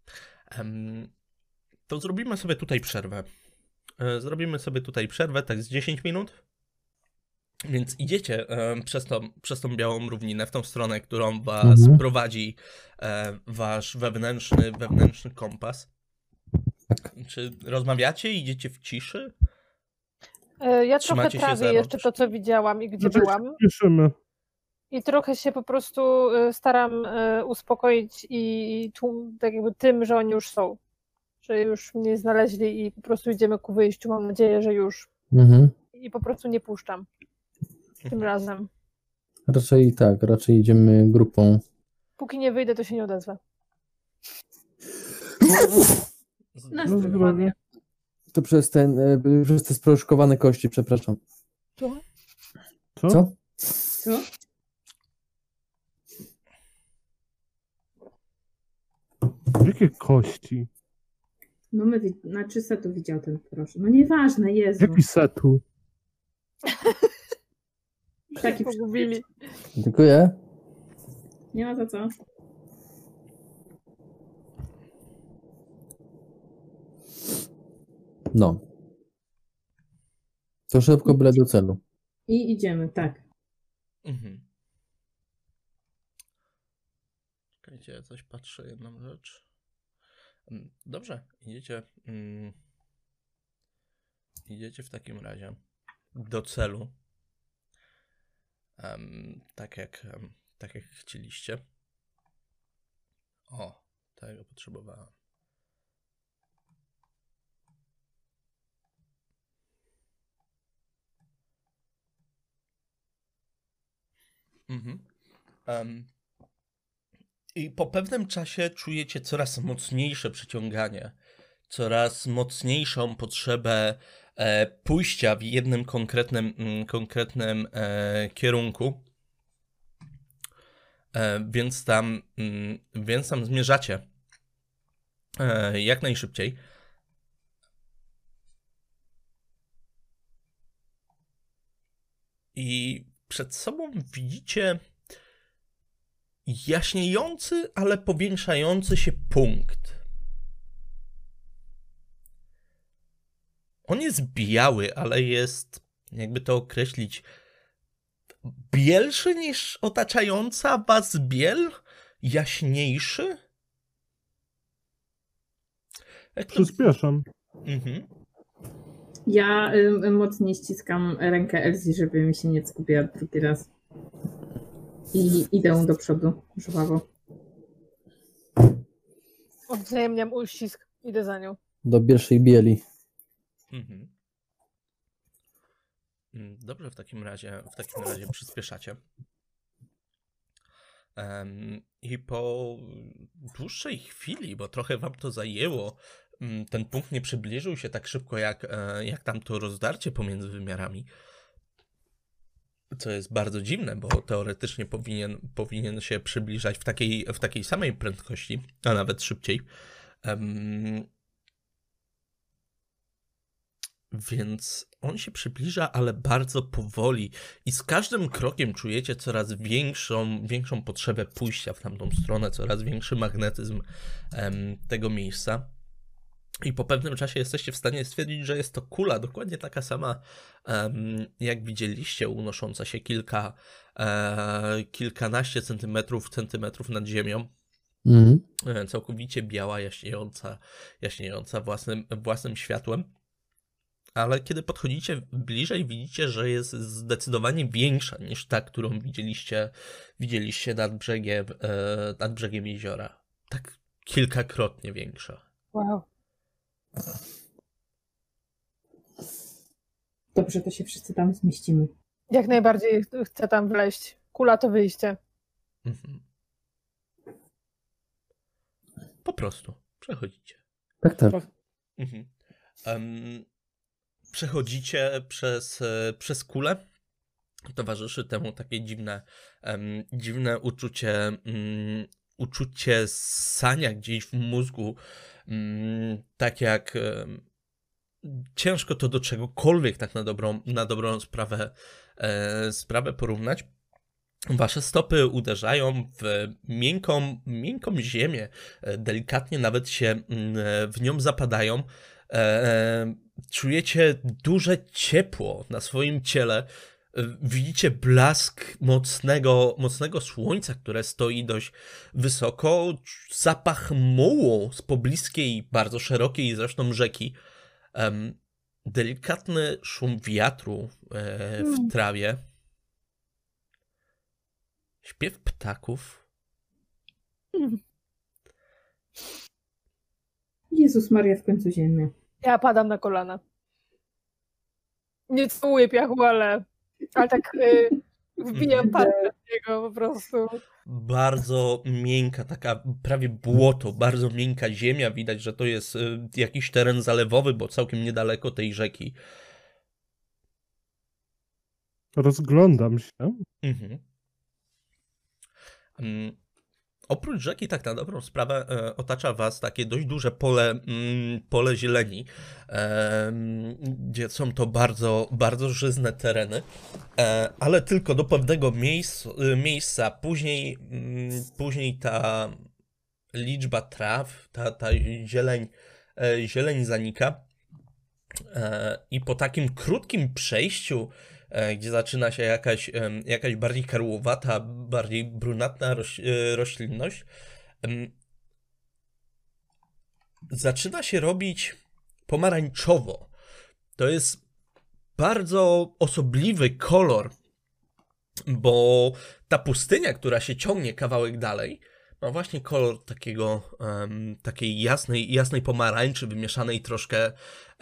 To zrobimy sobie tutaj przerwę. Tak z 10 minut. Więc idziecie przez tą białą równinę w tą stronę, którą was prowadzi wasz wewnętrzny kompas. Tak. Czy rozmawiacie? Idziecie w ciszy? Ja trochę trawię jeszcze to, co widziałam i gdzie byłam. Cieszymy. I trochę się po prostu staram uspokoić i tak jakby tym, że oni już są. Że już mnie znaleźli i po prostu idziemy ku wyjściu. Mam nadzieję, że już. I po prostu nie puszczam. Tym razem. Raczej idziemy grupą. Póki nie wyjdę, to się nie odezwę. Na zdrowie. To przez te sproszkowane kości, przepraszam. Co? Jakie kości? No znaczy Setu widział ten proszę. No nieważne, Jezu. Jaki Setu? Taki pogubili. Dziękuję. Nie ma za co. No. To szybko byle do celu. I idziemy, tak. Czekajcie, ja coś patrzę, jedną rzecz. Dobrze, idziecie w takim razie do celu. Tak jak chcieliście. O, tego potrzebowałem. I po pewnym czasie czujecie coraz mocniejsze przyciąganie, coraz mocniejszą potrzebę pójścia w jednym konkretnym kierunku, więc tam zmierzacie jak najszybciej. I przed sobą widzicie jaśniejący, ale powiększający się punkt. On jest biały, ale jest, jakby to określić, bielszy niż otaczająca was biel? Jaśniejszy? Przyspieszam. Ja mocniej ściskam rękę Elzy, żeby mi się nie skupiła drugi raz. I idę do przodu, żwawo. Odwzajemniam uścisk, idę za nią. Do pierwszej bieli. Dobrze, w takim razie przyspieszacie. I po dłuższej chwili, bo trochę wam to zajęło, ten punkt nie przybliżył się tak szybko jak tamto rozdarcie pomiędzy wymiarami. Co jest bardzo dziwne, bo teoretycznie powinien się przybliżać w takiej samej prędkości, a nawet szybciej. Więc on się przybliża, ale bardzo powoli i z każdym krokiem czujecie coraz większą potrzebę pójścia w tamtą stronę, coraz większy magnetyzm tego miejsca. I po pewnym czasie jesteście w stanie stwierdzić, że jest to kula dokładnie taka sama, jak widzieliście, unosząca się kilkanaście centymetrów nad ziemią. Całkowicie biała, jaśniejąca własnym światłem. Ale kiedy podchodzicie bliżej, widzicie, że jest zdecydowanie większa niż ta, którą widzieliście nad brzegiem jeziora. Tak kilkakrotnie większa. Wow. Dobrze, to się wszyscy tam zmieścimy. Jak najbardziej chcę tam wleźć. Kula to wyjście. Po prostu przechodzicie. Tak. Przechodzicie przez kulę. Towarzyszy temu takie dziwne uczucie ssania gdzieś w mózgu. Tak jak ciężko to do czegokolwiek tak na dobrą sprawę porównać. Wasze stopy uderzają w miękką ziemię, delikatnie nawet się w nią zapadają. Czujecie duże ciepło na swoim ciele. Widzicie blask mocnego słońca, które stoi dość wysoko. Zapach mułu z pobliskiej, bardzo szerokiej zresztą rzeki. Delikatny szum wiatru w trawie. Śpiew ptaków. Jezus Maria, w końcu ziemia. Ja padam na kolana. Nie całuję piachu, ale tak wbijam palce w niego po prostu. Bardzo miękka, taka prawie błoto, bardzo miękka ziemia. Widać, że to jest jakiś teren zalewowy, bo całkiem niedaleko tej rzeki. Rozglądam się. Oprócz rzeki, tak na dobrą sprawę, otacza was takie dość duże pole zieleni, gdzie są to bardzo, bardzo żyzne tereny, ale tylko do pewnego miejsca. Później ta liczba traw, ta zieleń zanika i po takim krótkim przejściu, gdzie zaczyna się jakaś bardziej karłowata, bardziej brunatna roślinność, zaczyna się robić pomarańczowo. To jest bardzo osobliwy kolor, bo ta pustynia, która się ciągnie kawałek dalej, ma właśnie kolor takiej jasnej pomarańczy, wymieszanej troszkę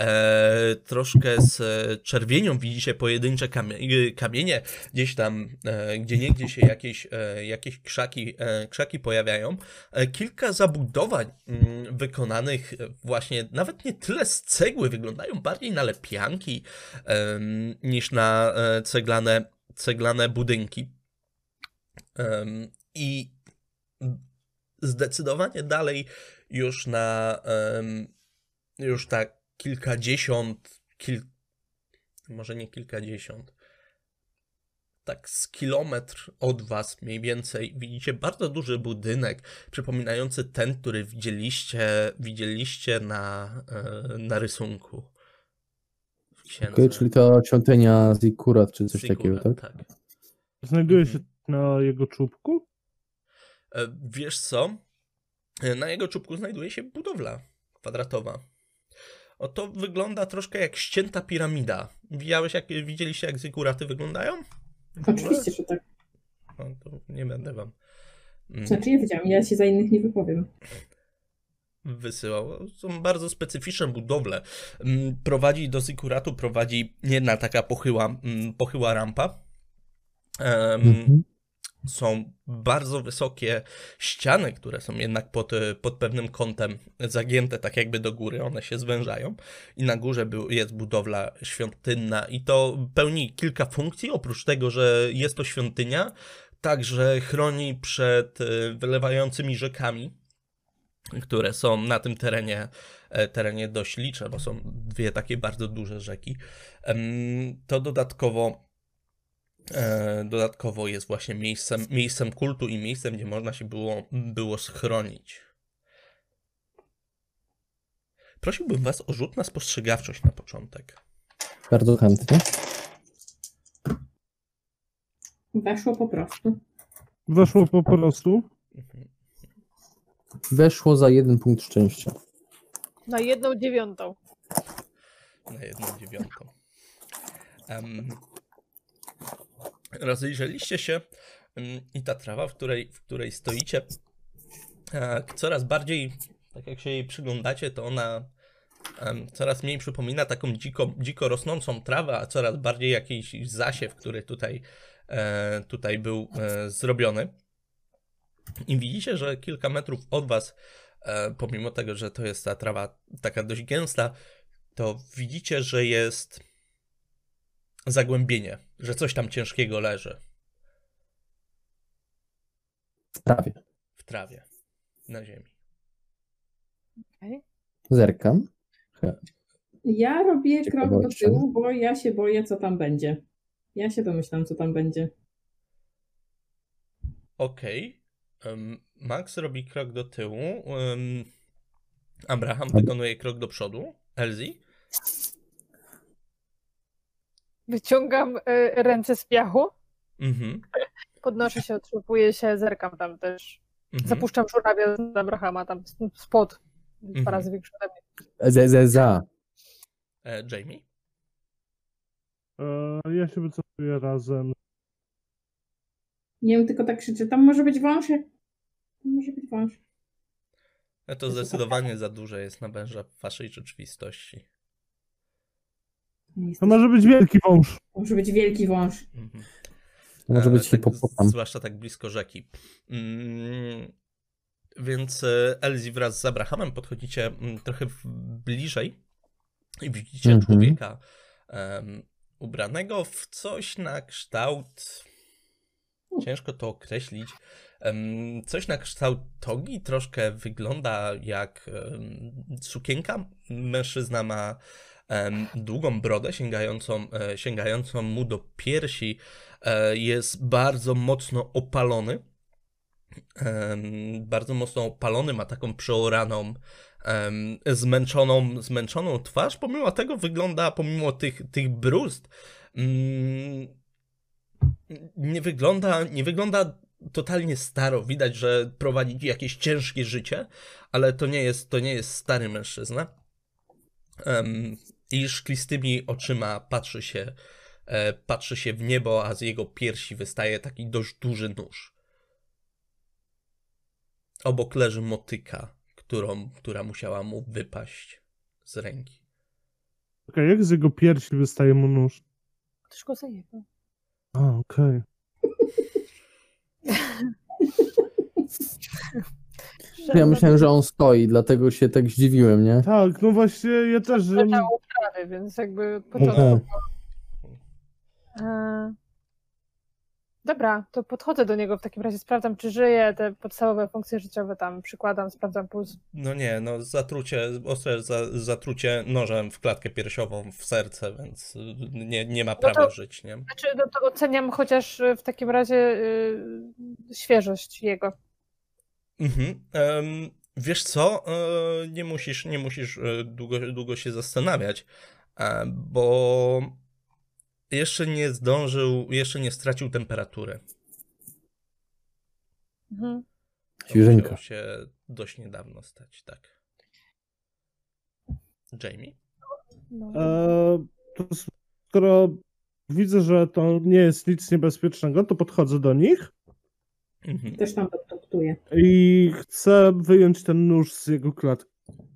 z czerwienią. Widzicie pojedyncze kamienie, gdzieś tam, gdzieniegdzie się jakieś krzaki pojawiają. Kilka zabudowań wykonanych właśnie nawet nie tyle z cegły, wyglądają bardziej na lepianki niż na ceglane budynki. I zdecydowanie dalej już tak może nie kilkadziesiąt, tak z kilometr od was mniej więcej widzicie bardzo duży budynek, przypominający ten, który widzieliście na rysunku w księdze. Okay, czyli to świątynia Zikurat, czy coś takiego, tak? Znajduje się na jego czubku? Wiesz co? Na jego czubku znajduje się budowla kwadratowa. Oto wygląda troszkę jak ścięta piramida. Widzieliście jak zikuraty wyglądają? Oczywiście, że tak. No, to nie będę wam... Znaczy ja wiedziałam, ja się za innych nie wypowiem. Wysyłał. Są bardzo specyficzne budowle. Do zikuratu prowadzi jedna taka pochyła rampa. są bardzo wysokie ściany, które są jednak pod pewnym kątem zagięte tak jakby do góry, one się zwężają i na górze jest budowla świątynna i to pełni kilka funkcji, oprócz tego, że jest to świątynia, także chroni przed wylewającymi rzekami, które są na tym terenie dość liczne, bo są dwie takie bardzo duże rzeki. To dodatkowo jest właśnie miejscem kultu i miejscem, gdzie można się było schronić. Prosiłbym was o rzut na spostrzegawczość na początek. Bardzo chętnie. Weszło po prostu. Weszło po prostu. Weszło za 1 punkt szczęścia. Na 1/9. Na 1/9. Rozejrzeliście się i ta trawa, w której stoicie, coraz bardziej, tak jak się jej przyglądacie, to ona coraz mniej przypomina taką dziko rosnącą trawę, a coraz bardziej jakiś zasiew, który tutaj był zrobiony. I widzicie, że kilka metrów od was, pomimo tego, że to jest ta trawa taka dość gęsta, to widzicie, że jest zagłębienie, że coś tam ciężkiego leży. W trawie. Na ziemi. Okay. Zerkam. Ja robię krok do Ciekawością. tyłu, bo ja się boję, co tam będzie. Ja się domyślam, co tam będzie. Okej. Max robi krok do tyłu. Abraham wykonuje krok do przodu. Elsie? Wyciągam ręce z piachu, Mhm. podnoszę się, otrzepuję się, zerkam tam też. Zapuszczam żurawia z Abrahama tam spod. 2 razy większy ode mnie. Za. Jamie? Ja się wycofuję razem. Nie wiem, tylko tak krzyczę, tam może być wąż. Tam może być wąż. To zdecydowanie za duże jest na węża w waszej rzeczywistości. To może być wielki wąż. Może być wielki wąż. Mhm. Może być tak, hipopotam. zwłaszcza tak blisko rzeki. Więc Elsie wraz z Abrahamem podchodzicie trochę bliżej i widzicie człowieka ubranego w coś na kształt, ciężko to określić, coś na kształt togi, troszkę wygląda jak sukienka. Mężczyzna ma długą brodę sięgającą mu do piersi, jest bardzo mocno opalony. Ma taką przeoraną, zmęczoną twarz. Pomimo tego wygląda, pomimo tych bruzd, nie wygląda totalnie staro. Widać, że prowadzi jakieś ciężkie życie, ale to nie jest stary mężczyzna. I szklistymi oczyma patrzy się w niebo, a z jego piersi wystaje taki dość duży nóż. Obok leży motyka, która musiała mu wypaść z ręki. Okej, jak z jego piersi wystaje mu nóż? Ktoś go zajebał. A, okej. Ja myślałem, że on stoi, dlatego się tak zdziwiłem, nie? Tak, no właśnie, ja też... Leżało prawie, więc jakby od początku. Dobra, to podchodzę do niego w takim razie, sprawdzam, czy żyje, te podstawowe funkcje życiowe tam przykładam, sprawdzam puls. No nie, no ostre zatrucie nożem w klatkę piersiową, w serce, więc nie ma prawa żyć, nie? Znaczy, no to oceniam chociaż w takim razie świeżość jego. Wiesz co, nie musisz długo się zastanawiać, bo jeszcze nie stracił temperatury. Świeżynka. Musiał się dość niedawno stać, tak. Jamie? To skoro widzę, że to nie jest nic niebezpiecznego, to podchodzę do nich. Też tam doptuję. I chcę wyjąć ten nóż z jego klatki.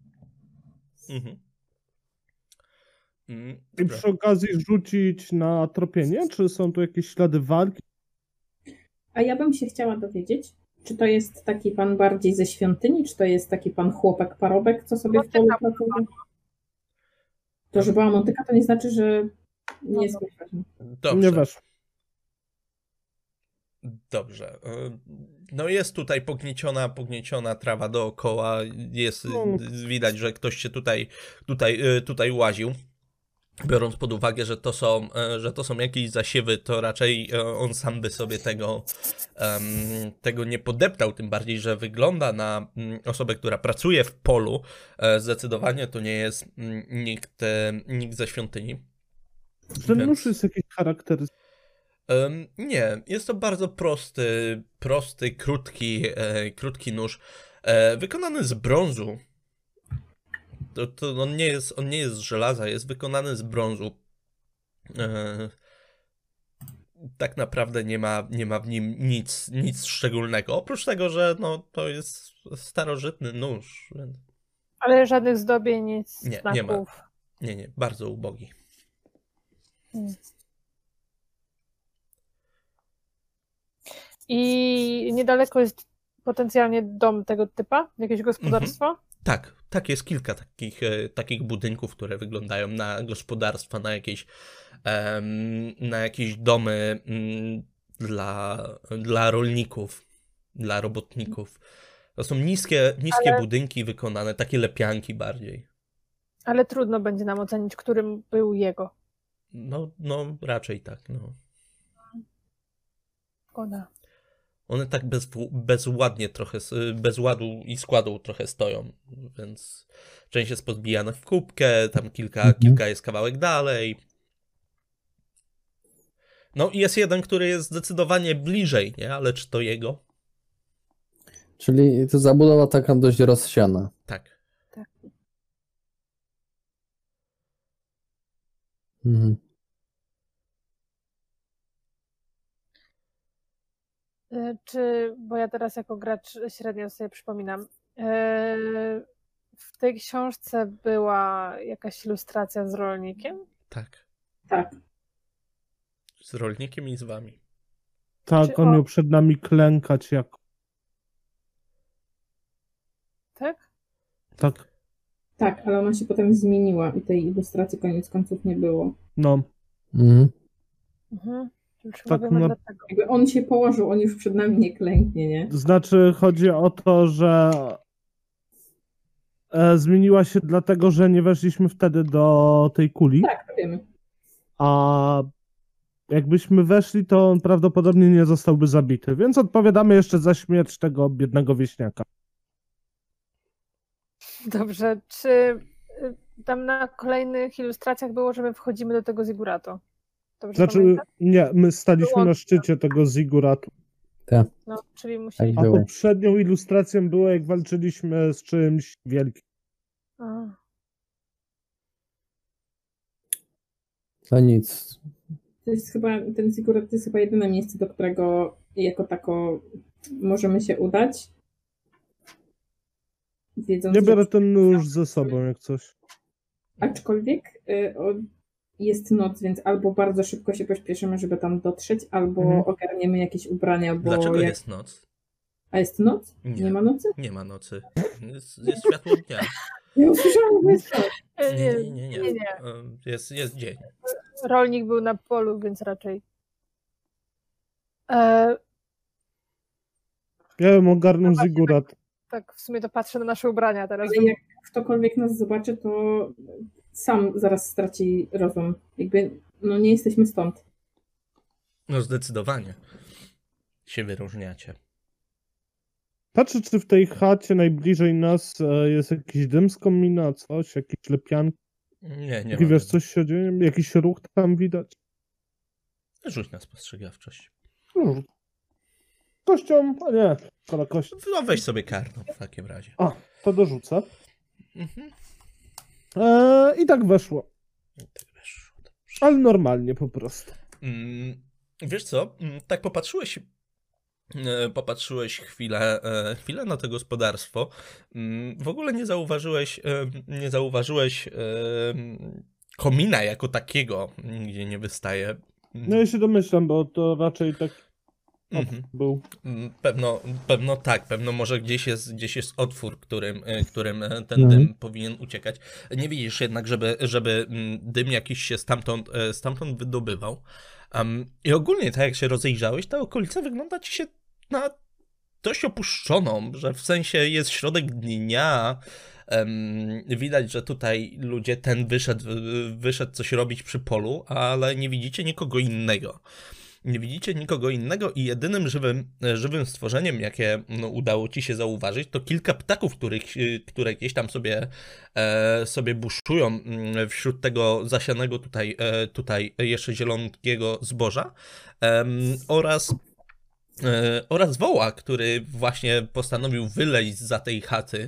I przy okazji rzucić na tropienie? Czy są tu jakieś ślady walki? A ja bym się chciała dowiedzieć, czy to jest taki pan bardziej ze świątyni, czy to jest taki pan chłopak parobek, co sobie w polu pracował? To, że była motyka, to nie znaczy, że nie jest ważne. Dobrze. Nie wiesz. Dobrze. No jest tutaj pognieciona trawa dookoła. Jest widać, że ktoś się tutaj łaził. Biorąc pod uwagę, że to są jakieś zasiewy, to raczej on sam by sobie tego nie podeptał, tym bardziej, że wygląda na osobę, która pracuje w polu. Zdecydowanie to nie jest nikt ze świątyni. Ten nóż jest jakiś charakterystyczny. Nie, jest to bardzo prosty, krótki nóż, wykonany z brązu. On nie jest z żelaza, jest wykonany z brązu. Tak naprawdę nie ma w nim nic szczególnego, oprócz tego, że to jest starożytny nóż. Więc... Ale żadnych zdobień, nic, znaków. Nie ma. Nie, bardzo ubogi. I niedaleko jest potencjalnie dom tego typa? Jakieś gospodarstwo? Tak, jest kilka takich budynków, które wyglądają na gospodarstwa, na jakieś domy dla rolników, dla robotników. To są niskie budynki wykonane, takie lepianki bardziej. Ale trudno będzie nam ocenić, którym był jego. No raczej tak, no. Szkoda. One tak bezładnie trochę, bez ładu i składu trochę stoją, więc część jest podbijana w kubkę, tam kilka jest kawałek dalej. No i jest jeden, który jest zdecydowanie bliżej, nie? Ale czy to jego? Czyli to zabudowa taka dość rozsiana. Tak. Mhm. Bo ja teraz jako gracz średnio sobie przypominam, w tej książce była jakaś ilustracja z rolnikiem? Tak. Z rolnikiem i z wami. Tak, on miał przed nami klękać jak... Tak? Tak. Tak, ale ona się potem zmieniła i tej ilustracji koniec końców nie było. No. Już Tak, wiemy dlaczego. Jakby on się położył, on już przed nami nie klęknie, nie? Znaczy, chodzi o to, że zmieniła się dlatego, że nie weszliśmy wtedy do tej kuli. Tak, to wiemy. A jakbyśmy weszli, to on prawdopodobnie nie zostałby zabity. Więc odpowiadamy jeszcze za śmierć tego biednego wieśniaka. Dobrze, czy tam na kolejnych ilustracjach było, że my wchodzimy do tego zigurato? Dobrze Znaczy, pamiętam? nie, my staliśmy na szczycie tego ziguratu. Tak. No, czyli musieliśmy... A było. poprzednią ilustracją było, jak walczyliśmy z czymś wielkim. To nic. To jest chyba, ten zigurat to jest chyba jedyne miejsce, do którego jako tako możemy się udać. Wiedząc, Ja biorę że... ten nóż ze sobą, jak coś. Aczkolwiek jest noc, więc albo bardzo szybko się pośpieszymy, żeby tam dotrzeć, albo ogarniemy jakieś ubrania, bo... Dlaczego jest noc? A jest noc? Nie ma nocy? Nie ma nocy. Jest światło dnia. Nie usłyszałam, że jest noc. Nie. Jest dzień. Rolnik był na polu, więc raczej... Ja bym ogarnął zigurat. Tak, w sumie to patrzę na nasze ubrania teraz. Ale jak ktokolwiek nas zobaczy, to sam zaraz straci rozum. Jakby, nie jesteśmy stąd. No zdecydowanie się wyróżniacie. Patrzę, czy w tej chacie najbliżej nas jest jakiś dym z komina, coś, jakieś lepianki. Nie ma. Wiesz, coś się dzieje? Jakiś ruch tam widać? Rzuć na spostrzegawczość. Kością? A nie, szkoda kości. No weź sobie karną w takim razie. A, to dorzucę. I tak weszło. Ale normalnie po prostu. Wiesz co, tak popatrzyłeś chwilę na to gospodarstwo. W ogóle nie zauważyłeś komina jako takiego, nigdzie nie wystaje. No ja się domyślam, bo to raczej tak... był. Pewno tak, pewno może gdzieś jest otwór, którym ten dym powinien uciekać. Nie widzisz jednak, żeby dym jakiś się stamtąd wydobywał. I ogólnie, tak jak się rozejrzałeś, ta okolica wygląda ci się na dość opuszczoną, że w sensie jest środek dnia. Widać, że tutaj ludzie, ten wyszedł coś robić przy polu, ale nie widzicie nikogo innego. Nie widzicie nikogo innego i jedynym żywym stworzeniem, jakie udało ci się zauważyć, to kilka ptaków, które gdzieś tam sobie buszują wśród tego zasianego tutaj jeszcze zielonkiego zboża, oraz woła, który właśnie postanowił wyleźć za tej chaty.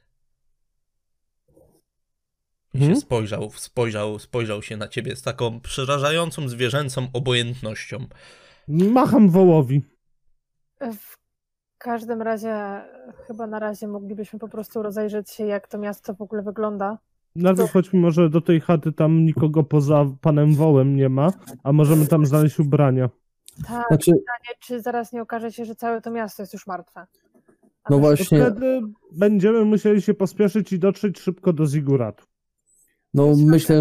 I się spojrzał się na ciebie z taką przerażającą, zwierzęcą obojętnością. Macham wołowi. W każdym razie, chyba na razie moglibyśmy po prostu rozejrzeć się, jak to miasto w ogóle wygląda. Najpierw chodźmy może do tej chaty, tam nikogo poza panem wołem nie ma, a możemy tam znaleźć ubrania. Tak, pytanie, czy zaraz nie okaże się, że całe to miasto jest już martwe. No właśnie. Wtedy będziemy musieli się pospieszyć i dotrzeć szybko do Ziguratu. No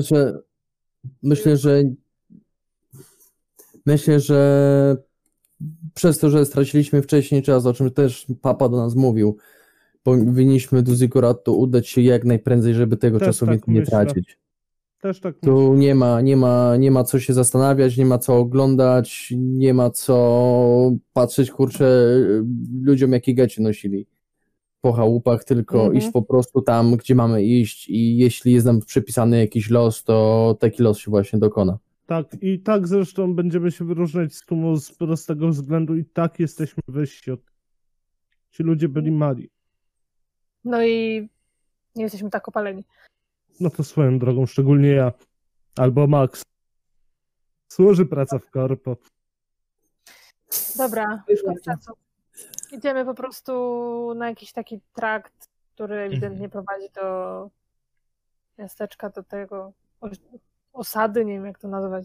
myślę, że przez to, że straciliśmy wcześniej czas, o czym też papa do nas mówił, powinniśmy do Ziguratu udać się jak najprędzej, żeby tego czasu nie tracić. Też tak tu nie ma co się zastanawiać, nie ma co oglądać, nie ma co patrzeć, kurczę, ludziom jakie gacie nosili po chałupach, tylko iść po prostu tam, gdzie mamy iść i jeśli jest nam przypisany jakiś los, to taki los się właśnie dokona. Tak, i tak zresztą będziemy się wyróżniać z tłumu z prostego względu i tak jesteśmy wyżsi od... Ci ludzie byli mali. No i nie jesteśmy tak opaleni. No to swoją drogą, szczególnie ja. Albo Max. Służy praca w korpo. Dobra, idziemy po prostu na jakiś taki trakt, który ewidentnie prowadzi do miasteczka, do tego osady, nie wiem jak to nazwać.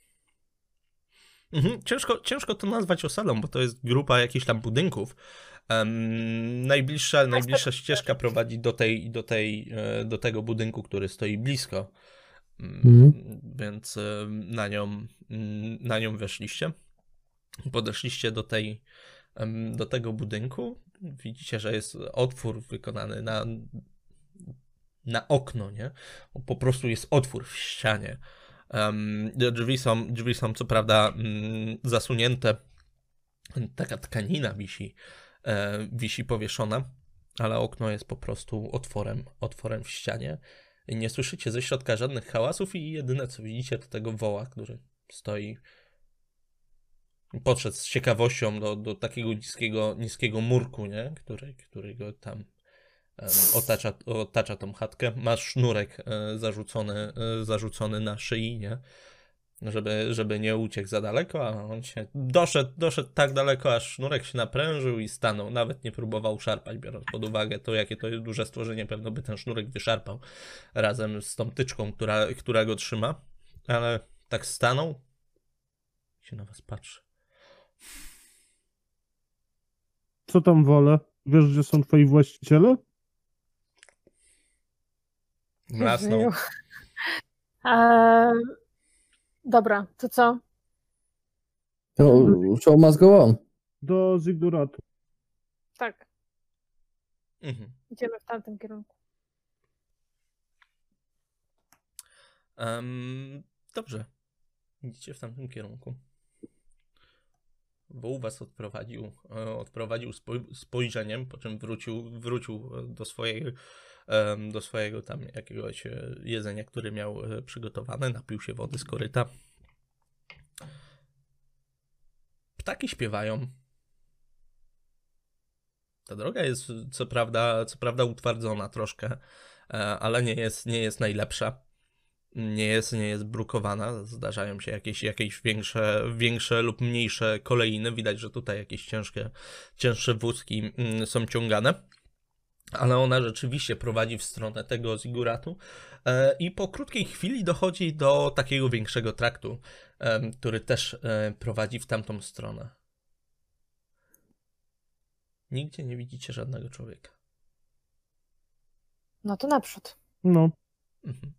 Ciężko to nazwać osadą, bo to jest grupa jakichś tam budynków. Najbliższa ścieżka prowadzi do tego budynku, który stoi blisko. Więc na nią weszliście. Podeszliście do tego budynku. Widzicie, że jest otwór wykonany na okno, nie? Po prostu jest otwór w ścianie. Drzwi są co prawda zasunięte. Taka tkanina wisi powieszona, ale okno jest po prostu otworem w ścianie. I nie słyszycie ze środka żadnych hałasów i jedyne co widzicie to tego woła, który stoi. Podszedł z ciekawością do takiego niskiego murku, nie? Który go tam otacza tą chatkę. Ma sznurek zarzucony na szyi, nie? Żeby nie uciekł za daleko, a on się doszedł tak daleko, aż sznurek się naprężył i stanął. Nawet nie próbował szarpać, biorąc pod uwagę to, jakie to jest duże stworzenie, pewno by ten sznurek wyszarpał razem z tą tyczką, która go trzyma. Ale tak stanął i się na was patrzy. Co tam wolę? Wiesz, gdzie są twoi właściciele? Mlasnął. Dobra, to co? To show must go on. Do Ziguratu. Tak. Idziemy w tamtym kierunku. Dobrze. Idziecie w tamtym kierunku. Wół was odprowadził spojrzeniem, po czym wrócił do swojego tam jakiegoś jedzenia, które miał przygotowane, napił się wody z koryta. Ptaki śpiewają. Ta droga jest co prawda utwardzona troszkę, ale nie jest najlepsza. Nie jest brukowana, zdarzają się jakieś większe lub mniejsze kolejny. Widać, że tutaj jakieś cięższe wózki są ciągane. Ale ona rzeczywiście prowadzi w stronę tego Ziguratu i po krótkiej chwili dochodzi do takiego większego traktu, który też prowadzi w tamtą stronę. Nigdzie nie widzicie żadnego człowieka. No to naprzód. No. Mhm.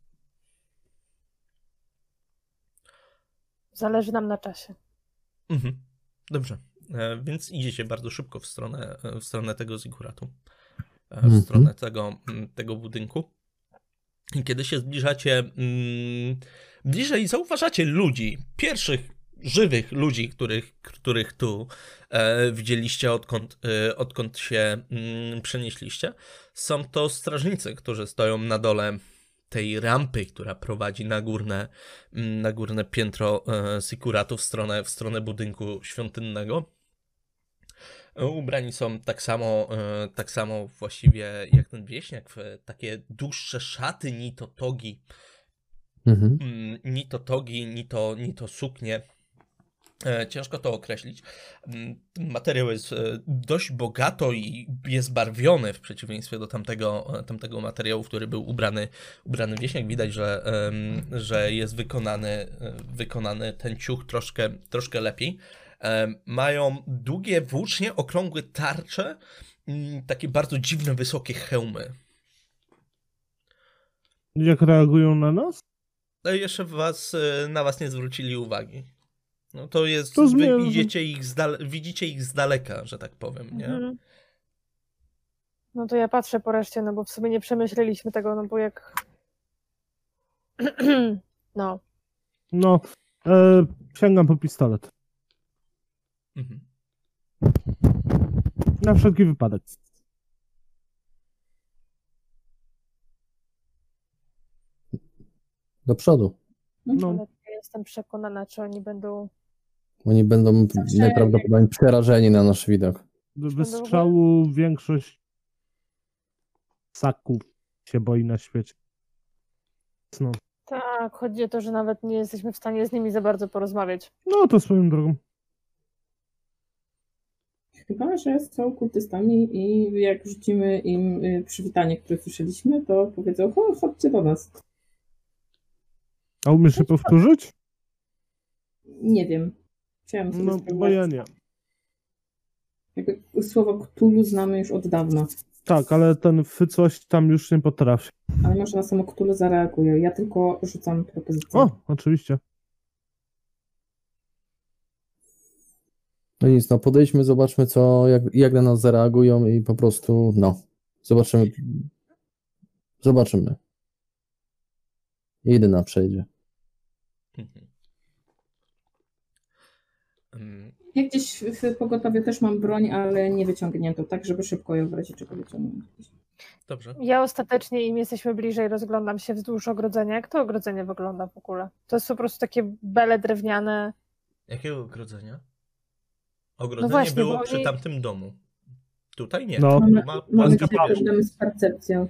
Zależy nam na czasie. Mhm. Dobrze. Więc idziecie bardzo szybko w stronę tego ziguratu. W stronę tego budynku. I kiedy się zbliżacie bliżej, zauważacie ludzi, pierwszych żywych ludzi, których tu widzieliście, odkąd się przenieśliście. Są to strażnicy, którzy stoją na dole tej rampy, która prowadzi na górne piętro ziguratu w stronę budynku świątynnego. Ubrani są tak samo właściwie jak ten wieśniak, w takie dłuższe szaty, ni to togi, ni to suknie. Ciężko to określić. Materiał jest dość bogato i jest barwiony w przeciwieństwie do tamtego materiału, w który był ubrany wieśniak. Widać, że jest wykonany ten ciuch troszkę lepiej. Mają długie włócznie, okrągłe tarcze, takie bardzo dziwne, wysokie hełmy. Jak reagują na nas? Jeszcze na was nie zwrócili uwagi. No to jest, widzicie ich z daleka, że tak powiem, nie? Mhm. No to ja patrzę po reszcie, no bo w sumie nie przemyśleliśmy tego, no bo jak... No. No, sięgam po pistolet. Mhm. Na wszelki wypadek. Do przodu. No. Ale ja jestem przekonana, czy oni będą... Oni będą najprawdopodobniej przerażeni na nasz widok. Do wystrzału większość ssaków się boi na świecie. No. Tak, chodzi o to, że nawet nie jesteśmy w stanie z nimi za bardzo porozmawiać. No to swoją drogą. Chyba, że są kultystami i jak rzucimy im przywitanie, które słyszeliśmy, to powiedzą, chodźcie do nas. A umiesz je powtórzyć? Nie wiem. Chciałam sobie spróbować. Bo ja nie. Jakby słowo Cthulhu znamy już od dawna. Tak, ale ten coś tam już nie potrafi. Ale może na samo Cthulhu zareagują. Ja tylko rzucam propozycję. O, oczywiście. No nic, no podejdźmy, zobaczmy jak na nas zareagują i po prostu, zobaczymy. Jedyna przejdzie. Ja gdzieś w pogotowiu też mam broń, ale nie wyciągniętą, tak żeby szybko ją w razie czego wyciągnąć. Dobrze. Ja ostatecznie, im jesteśmy bliżej, rozglądam się wzdłuż ogrodzenia. Jak to ogrodzenie wygląda w ogóle? To jest po prostu takie bele drewniane. Jakiego ogrodzenia? Ogrodzenie właśnie, było bo przy oni- tamtym domu. Tutaj nie. No. Mamy Płaska problemy z percepcją.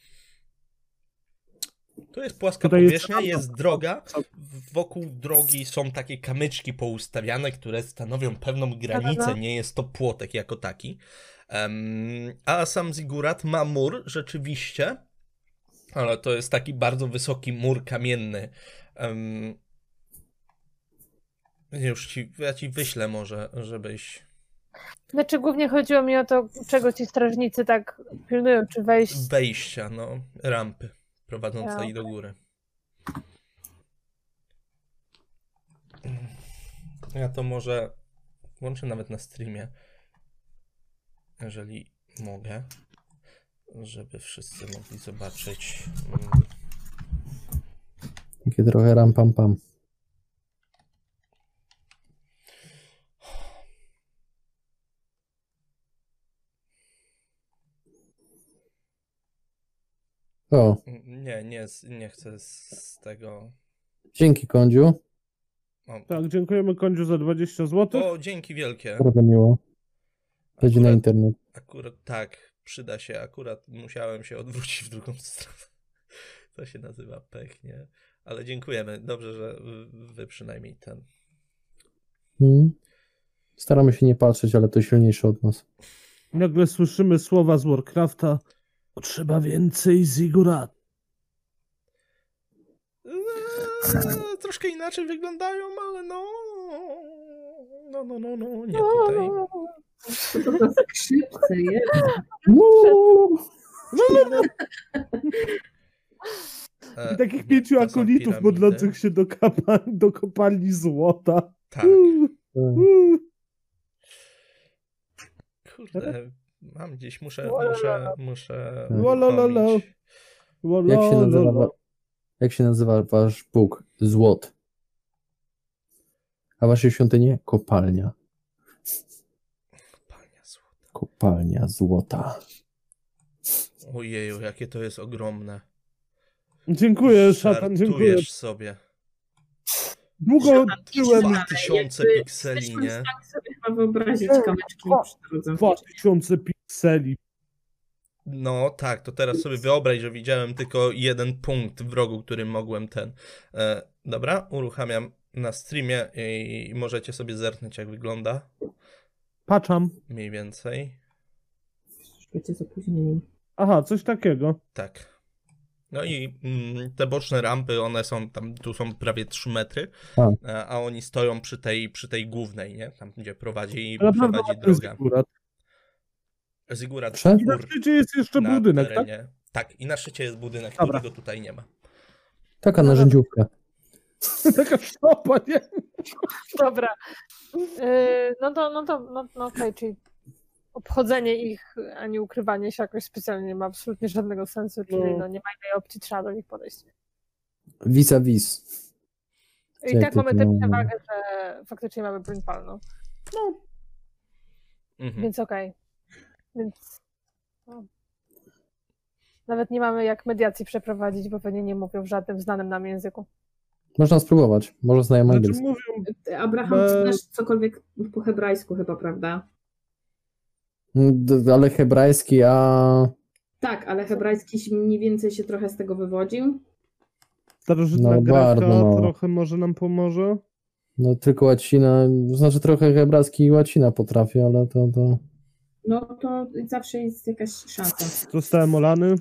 To jest płaska Tutaj jest- powierzchnia, jest droga. Wokół drogi są takie kamyczki poustawiane, które stanowią pewną granicę. No. Nie jest to płotek jako taki. A sam zigurat ma mur, rzeczywiście. Ale to jest taki bardzo wysoki mur kamienny. Ja ci wyślę może, żebyś... Znaczy głównie chodziło mi o to, czego ci strażnicy tak pilnują, czy wejść. Wejścia, rampy prowadzącej Ja, do góry. Ja to może włączę nawet na streamie, jeżeli mogę, żeby wszyscy mogli zobaczyć. Takie trochę ram pam pam. O, Nie chcę z tego. dzięki Kądziu. Tak, dziękujemy Kądziu za 20 zł. O, dzięki wielkie. Bardzo miło. Będzie na internet. Akurat tak, przyda się. Akurat musiałem się odwrócić w drugą stronę. To się nazywa pech, nie? Ale dziękujemy. Dobrze, że wy przynajmniej ten. Staramy się nie patrzeć, ale to silniejsze od nas. Nagle słyszymy słowa z Warcrafta. Potrzeba więcej zigurat. Troszkę inaczej wyglądają, ale nie tutaj. Co to za skrzypce jest? I takich 5 akolitów modlących się do kopalni złota. Tak. Kurde, mam gdzieś, muszę Jak się nazywa wasz Bóg? Złot. A wasze świątynie? Kopalnia. Kopalnia złota. Ojeju, jakie to jest ogromne. Dziękuję, szatan, dziękuję. Żartujesz sobie. Długo tyłem. 2000 pikseli, nie? Jesteśmy w stanie sobie chyba wyobrazić kamyczki przy drodze. 2000 pikseli. No tak, to teraz sobie wyobraź, że widziałem tylko jeden punkt w rogu, którym mogłem Dobra, uruchamiam na streamie i możecie sobie zerknąć, jak wygląda. Patrzam. Mniej więcej. Wiecie, z opóźnieniem. Aha, coś takiego. Tak. No i te boczne rampy, one są tam, tu są prawie 3 metry, a oni stoją przy tej głównej, nie? Tam, gdzie prowadzi droga. Zigurat. I na szczycie jest jeszcze budynek, terenie. Tak? Tak, i na szczycie jest budynek, którego tutaj nie ma. Taka narzędziówka. Taka sztopa, nie? Dobra. No okej, czyli obchodzenie ich, a nie ukrywanie się jakoś specjalnie nie ma absolutnie żadnego sensu, czyli nie ma innej opcji, trzeba do nich podejść. Vis-a-vis. I tak mamy tę przewagę, że faktycznie mamy broń palną. Więc okej. Więc nawet nie mamy jak mediacji przeprowadzić, bo pewnie nie mówią w żadnym znanym nam języku. Można spróbować. Może znają angielski. Abraham, znasz cokolwiek po hebrajsku chyba, prawda? Ale hebrajski, Tak, ale hebrajski mniej więcej się trochę z tego wywodził. Starożytna Greka trochę może nam pomoże. No tylko łacina, znaczy trochę hebrajski i łacina potrafię, ale to... No to zawsze jest jakaś szansa. Zostałem olany.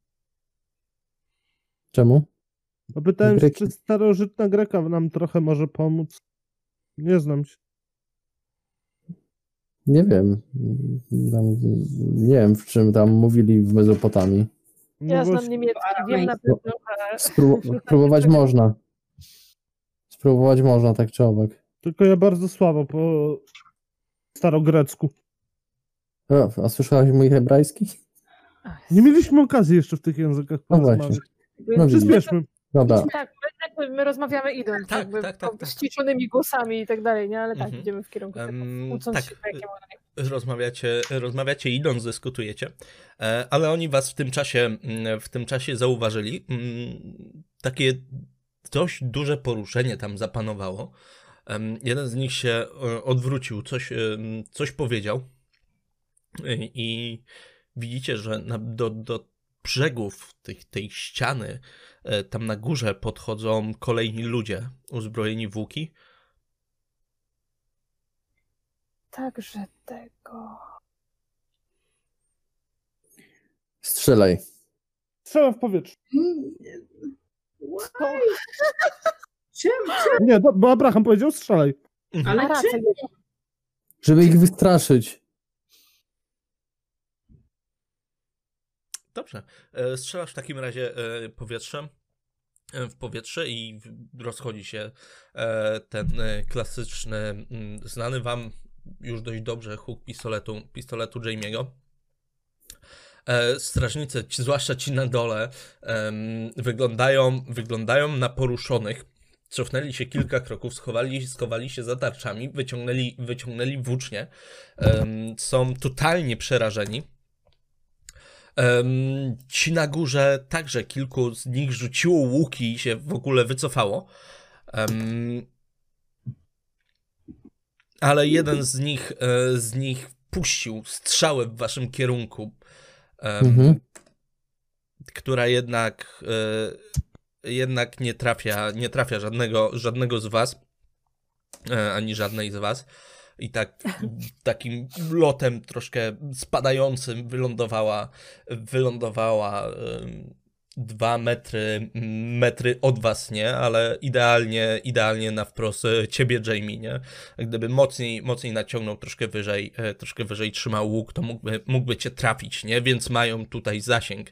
Czemu? Bo pytałem się, czy starożytna Greka nam trochę może pomóc. Nie znam się. Nie wiem. Nie wiem, w czym tam mówili w Mezopotamii. Ja znam niemiecki, wiem na pewno, że... Spróbować można. Spróbować można, tak czy owak. Tylko ja bardzo słabo po starogrecku. A słyszałeś mój hebrajski? Nie mieliśmy okazji jeszcze w tych językach porozmawiać. No przyspieszmy. Dobra. Tak, my rozmawiamy idąc, tak, ściszonymi głosami i tak dalej, nie? Ale tak, idziemy w kierunku ucząc się po jakiemu rozmawiacie idąc, dyskutujecie, ale oni was w tym czasie zauważyli. Takie dość duże poruszenie tam zapanowało. Jeden z nich się odwrócił, coś powiedział i widzicie, że do brzegów tej ściany tam na górze podchodzą kolejni ludzie uzbrojeni w łuki. Także tego... Strzelaj. Strzelam w powietrze. Czemu? Nie, bo Abraham powiedział strzelaj. Ale czemu? Żeby ich wystraszyć. Dobrze. Strzelasz w takim razie w powietrze i rozchodzi się ten klasyczny, znany wam już dość dobrze huk pistoletu Jamie'ego. Strażnicy, zwłaszcza ci na dole, wyglądają na poruszonych. Cofnęli się kilka kroków, schowali się za tarczami, wyciągnęli włócznie. Są totalnie przerażeni. Ci na górze także kilku z nich rzuciło łuki i się w ogóle wycofało. Ale jeden z nich puścił strzałę w waszym kierunku, która jednak nie trafia żadnego z was, ani żadnej z was. I takim lotem troszkę spadającym wylądowała 2 metry od was, nie? Ale idealnie na wprost ciebie, Jamie, nie? Gdyby mocniej naciągnął troszkę wyżej trzymał łuk, to mógłby cię trafić, nie? Więc mają tutaj zasięg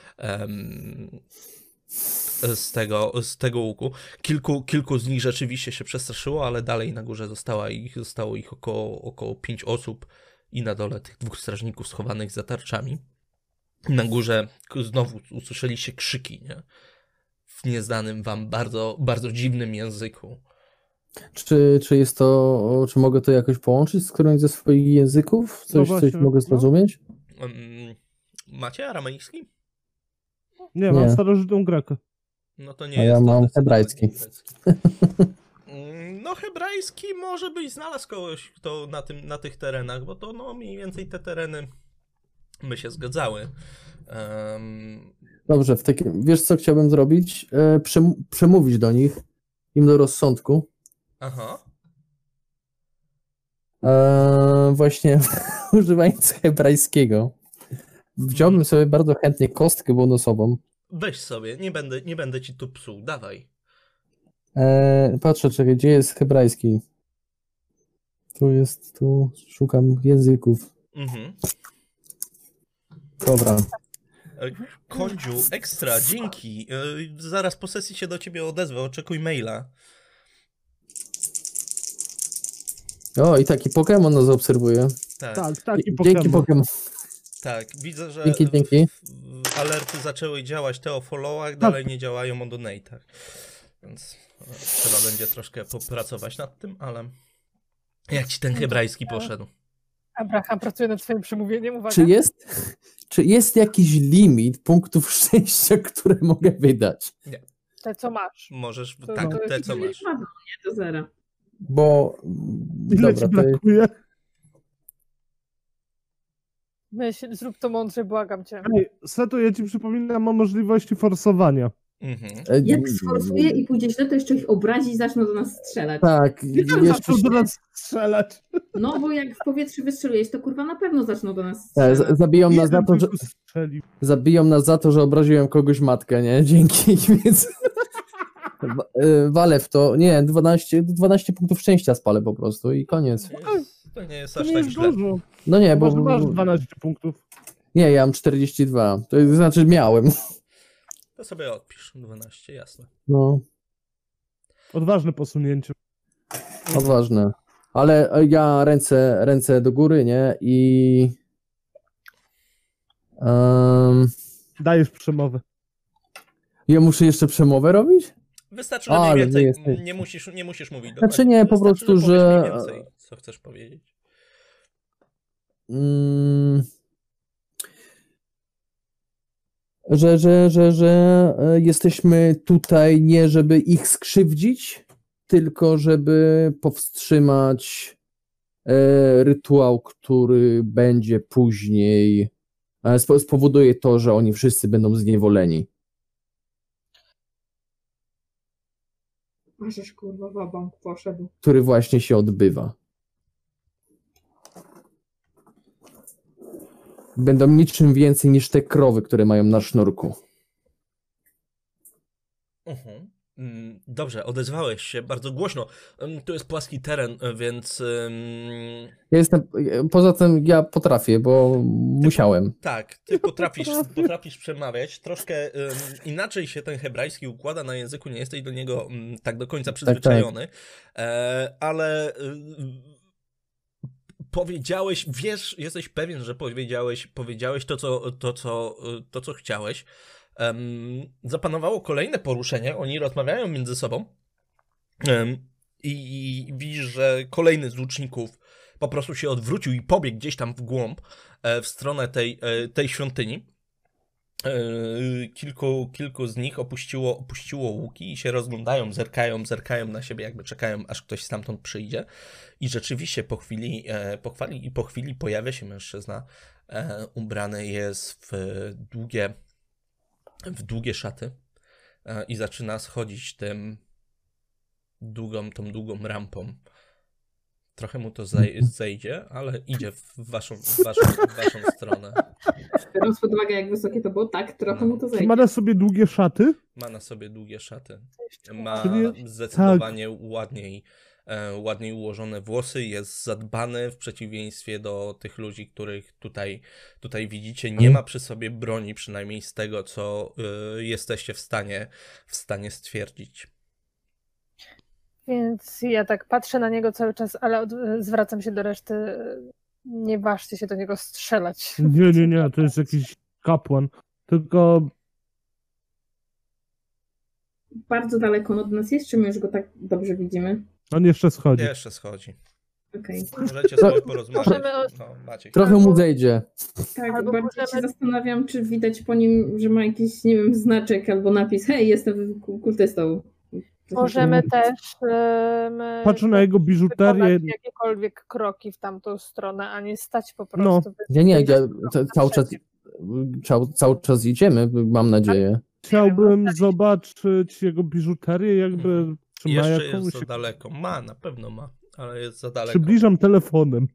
z tego łuku. Kilku z nich rzeczywiście się przestraszyło, ale dalej na górze zostało ich około 5 osób i na dole tych 2 strażników schowanych za tarczami. Na górze znowu usłyszeliście krzyki, nie? W nieznanym wam bardzo, bardzo dziwnym języku. Czy jest to, czy mogę to jakoś połączyć z którymś ze swoich języków? Coś mogę zrozumieć? Macie aramejski? Nie, mam starożytną grekę. No to nie jest. Ja mam hebrajski. No hebrajski może byś znalazł kogoś, kto na tych terenach, bo to no mniej więcej te tereny by się zgadzały. Dobrze, wiesz co chciałbym zrobić? Przemówić do nich, im do rozsądku. Aha. Właśnie używając hebrajskiego. Wziąłbym sobie bardzo chętnie kostkę bonusową. Weź sobie, nie będę ci tu psuł, dawaj. Patrzę, czekaj, gdzie jest hebrajski? Tu szukam języków. Mhm. Dobra. Kondziu, ekstra, dzięki. Zaraz po sesji się do ciebie odezwę, oczekuj maila. O, i taki Pokémon nas obserwuje. Tak, taki Dzięki Pokémon. Tak, widzę, że Dzięki. alerty zaczęły działać te o followach, dalej nie działają o donate'ach. Więc trzeba będzie troszkę popracować nad tym, ale jak ci ten hebrajski poszedł? Abraham pracuje nad swoim przemówieniem, uwaga. Czy jest jakiś limit punktów szczęścia, które mogę wydać? Nie. Te, co masz. Możesz, To te co masz. Nie do zera. Bo... Ile ci brakuje? Myśl, zrób to mądrze, błagam cię. Ej, Setu, ja ci przypominam o możliwości forsowania. Mhm. Jak sforsuje i pójdzie źle, to jeszcze ich obrazi i zaczną do nas strzelać. Tak. Zaczną do nas strzelać. No, bo jak w powietrze wystrzeliłeś, to kurwa na pewno zaczną do nas strzelać. Zabiją nas za to, że obraziłem kogoś matkę, nie? Dzięki, więc... Walę w to. Nie, 12 punktów szczęścia spalę po prostu i koniec. To nie jest aż tak źle. Dużo. No nie, bo... Masz 12 punktów. Nie, ja mam 42. To znaczy miałem. To sobie odpisz. 12, jasne. No. Odważne posunięcie. Odważne. Ale ja ręce do góry, nie? I... Dajesz przemowę. Ja muszę jeszcze przemowę robić? Wystarczy, że mniej więcej. Nie musisz mówić dokładnie. Znaczy nie, po prostu, że... Mniej więcej, co chcesz powiedzieć. Że jesteśmy tutaj nie żeby ich skrzywdzić, tylko żeby powstrzymać rytuał, który będzie później spowoduje to, że oni wszyscy będą zniewoleni. Możesz kurwa wabank poszedł. Który właśnie się odbywa. Będą niczym więcej niż te krowy, które mają na sznurku. Dobrze, odezwałeś się bardzo głośno. Tu jest płaski teren, więc... Poza tym ja potrafię, bo musiałem. Tak, ty potrafisz przemawiać. Troszkę inaczej się ten hebrajski układa na języku, nie jesteś do niego tak do końca przyzwyczajony, ale powiedziałeś, wiesz, jesteś pewien, że powiedziałeś to, co chciałeś. Zapanowało kolejne poruszenie, oni rozmawiają między sobą i widzisz, że kolejny z łuczników po prostu się odwrócił i pobiegł gdzieś tam w głąb, w stronę tej świątyni. Kilku z nich opuściło łuki i się rozglądają, zerkają na siebie, jakby czekają, aż ktoś stamtąd przyjdzie. I rzeczywiście po chwili pojawia się mężczyzna, ubrany jest w długie szaty i zaczyna schodzić tą długą rampą. Trochę mu to zejdzie, ale idzie w waszą stronę. Biorąc pod uwagę, jak wysokie to było, tak, trochę mu to zajdzie. Ma na sobie długie szaty? Ma na sobie długie szaty. Ma Czyli- zdecydowanie ładniej ułożone włosy, jest zadbany w przeciwieństwie do tych ludzi, których tutaj widzicie. Nie ma przy sobie broni, przynajmniej z tego, co jesteście w stanie stwierdzić. Więc ja tak patrzę na niego cały czas, ale zwracam się do reszty. Nie ważcie się do niego strzelać. Nie, to jest jakiś kapłan. Tylko Bardzo daleko on od nas jest, czy my już go tak dobrze widzimy? on jeszcze schodzi. Jeszcze schodzi. Okej. Możecie sobie porozmawiać. Możemy No, Maciek. Trochę mu zejdzie. Tak, Albo bardziej się możemy- zastanawiam, czy widać po nim, że ma jakiś, nie wiem, znaczek albo napis, hej, jestem kultystą. Możemy też Patrzę na jego biżuterię. wykonać jakiekolwiek kroki w tamtą stronę, a nie stać po No. prostu. Nie, cały czas idziemy, mam nadzieję. Chciałbym zobaczyć jego biżuterię, jakby czy ma Jeszcze jakąś... jest za daleko. Na pewno ma, ale jest za daleko. Przybliżam telefonem.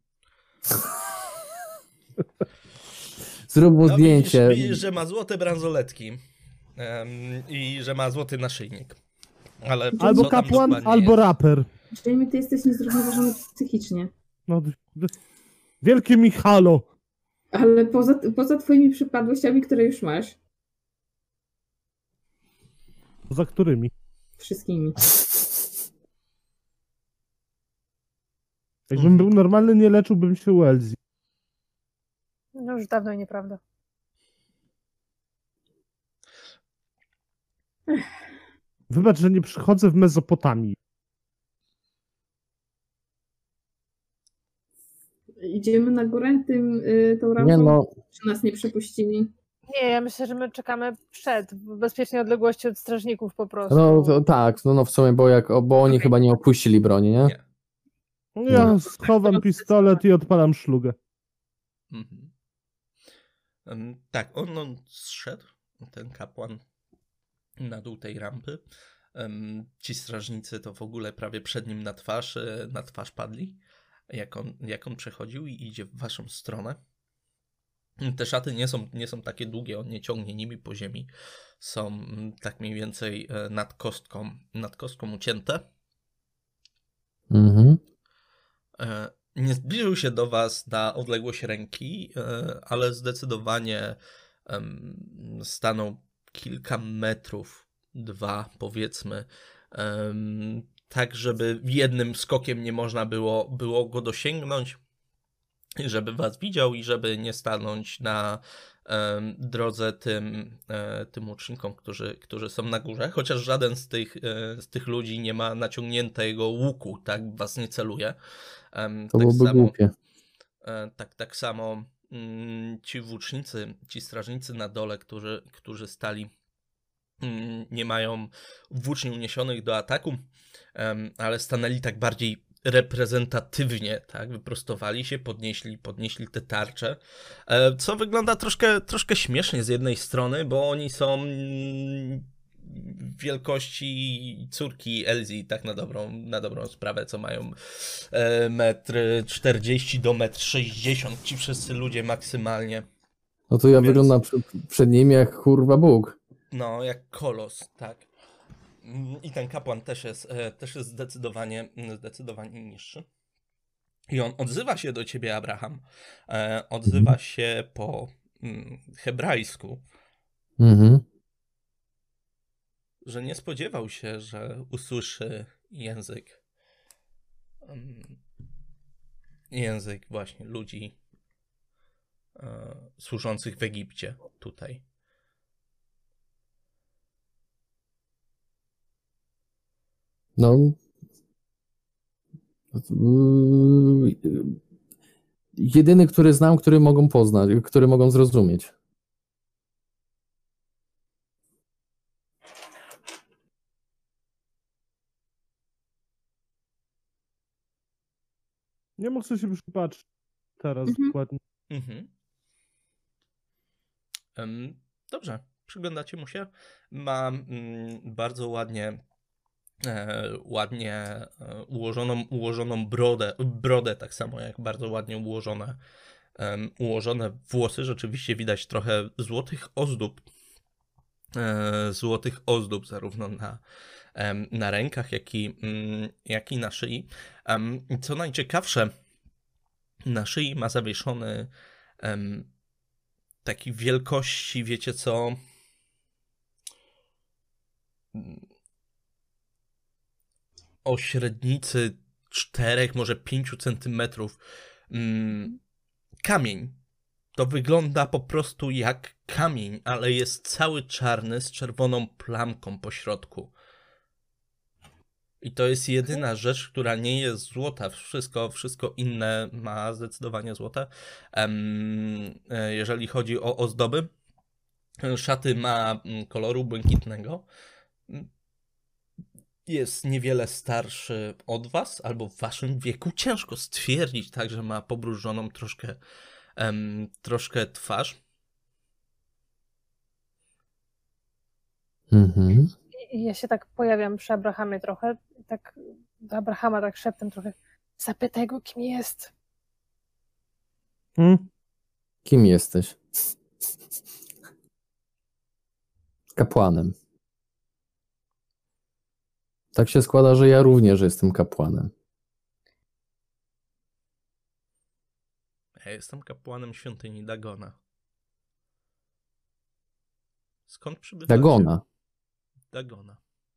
Zrób mu No, zdjęcie. widzisz, że ma złote bransoletki i że ma złoty naszyjnik. Ale Albo co tam kapłan, dokładnie albo jest? raper. Czyli ty jesteś niezrównoważony psychicznie. No, wielkie Michalo. Ale poza twoimi przypadłościami, które już masz, Za którymi? wszystkimi. Jakbym był normalny, nie leczyłbym się u Elzi. No już dawno nieprawda. Wybacz, że nie przychodzę w Mezopotamii. Idziemy na górę tą rampą, Nie no, czy nas nie przepuścili? Nie, ja myślę, że my czekamy w bezpiecznej odległości od strażników po prostu. tak, w sumie, bo oni chyba nie opuścili broni, nie? Nie. Ja schowam pistolet i odpalam szlugę. Mhm. Tak, on zszedł, ten kapłan, na dół tej rampy. Ci strażnicy to w ogóle prawie przed nim na twarz padli, jak on przechodził i idzie w waszą stronę. Te szaty nie są takie długie, on nie ciągnie nimi po ziemi. Są tak mniej więcej nad kostką ucięte. Mhm. Nie zbliżył się do was na odległość ręki, ale zdecydowanie stanął kilka metrów, 2 powiedzmy, tak żeby jednym skokiem nie można było go dosięgnąć, żeby was widział i żeby nie stanąć na drodze tym łucznikom, którzy są na górze, chociaż żaden z tych ludzi nie ma naciągniętego łuku, tak was nie celuje. To byłoby głupie. Tak samo ci włócznicy, ci strażnicy na dole, którzy stali, nie mają włóczni uniesionych do ataku, ale stanęli tak bardziej reprezentatywnie, tak, wyprostowali się, podnieśli te tarcze, co wygląda troszkę śmiesznie z jednej strony, bo oni są wielkości córki Elzi, tak na dobrą sprawę, co mają 1,40 m do 1,60 m, ci wszyscy ludzie maksymalnie. No to ja wyglądam przed nim jak kurwa Bóg. No, jak kolos, tak. I ten kapłan też jest zdecydowanie niższy. I on odzywa się do ciebie, Abraham. Odzywa się po hebrajsku, Mhm. że nie spodziewał się, że usłyszy język właśnie ludzi służących w Egipcie tutaj. No. Jedyny, który znam, który mogą poznać, który mogą zrozumieć. Nie mógł sobie przypatrzyć teraz dokładnie. Mhm. Dobrze, przyglądacie mu się. Ma bardzo ładnie ułożoną brodę, tak samo jak bardzo ładnie ułożone ułożone włosy. Rzeczywiście widać trochę złotych ozdób zarówno na rękach, jak i na szyi. Co najciekawsze, na szyi ma zawieszony taki wielkości, wiecie co, o średnicy 4, może 5 centymetrów kamień. To wygląda po prostu jak kamień, ale jest cały czarny z czerwoną plamką po środku. I to jest jedyna rzecz, która nie jest złota. Wszystko inne ma zdecydowanie złote. Jeżeli chodzi o ozdoby, szaty ma koloru błękitnego. Jest niewiele starszy od was, albo w waszym wieku. Ciężko stwierdzić, tak, że ma pobrużoną troszkę twarz. Mhm. Ja się tak pojawiam przy Abrahamie trochę, tak do Abrahama tak szeptem trochę. Zapytaj go, kim jest. Kim jesteś? Kapłanem. Tak się składa, że ja również jestem kapłanem. Ja jestem kapłanem świątyni Dagona. Skąd przybywacie? Dagona. Dagona.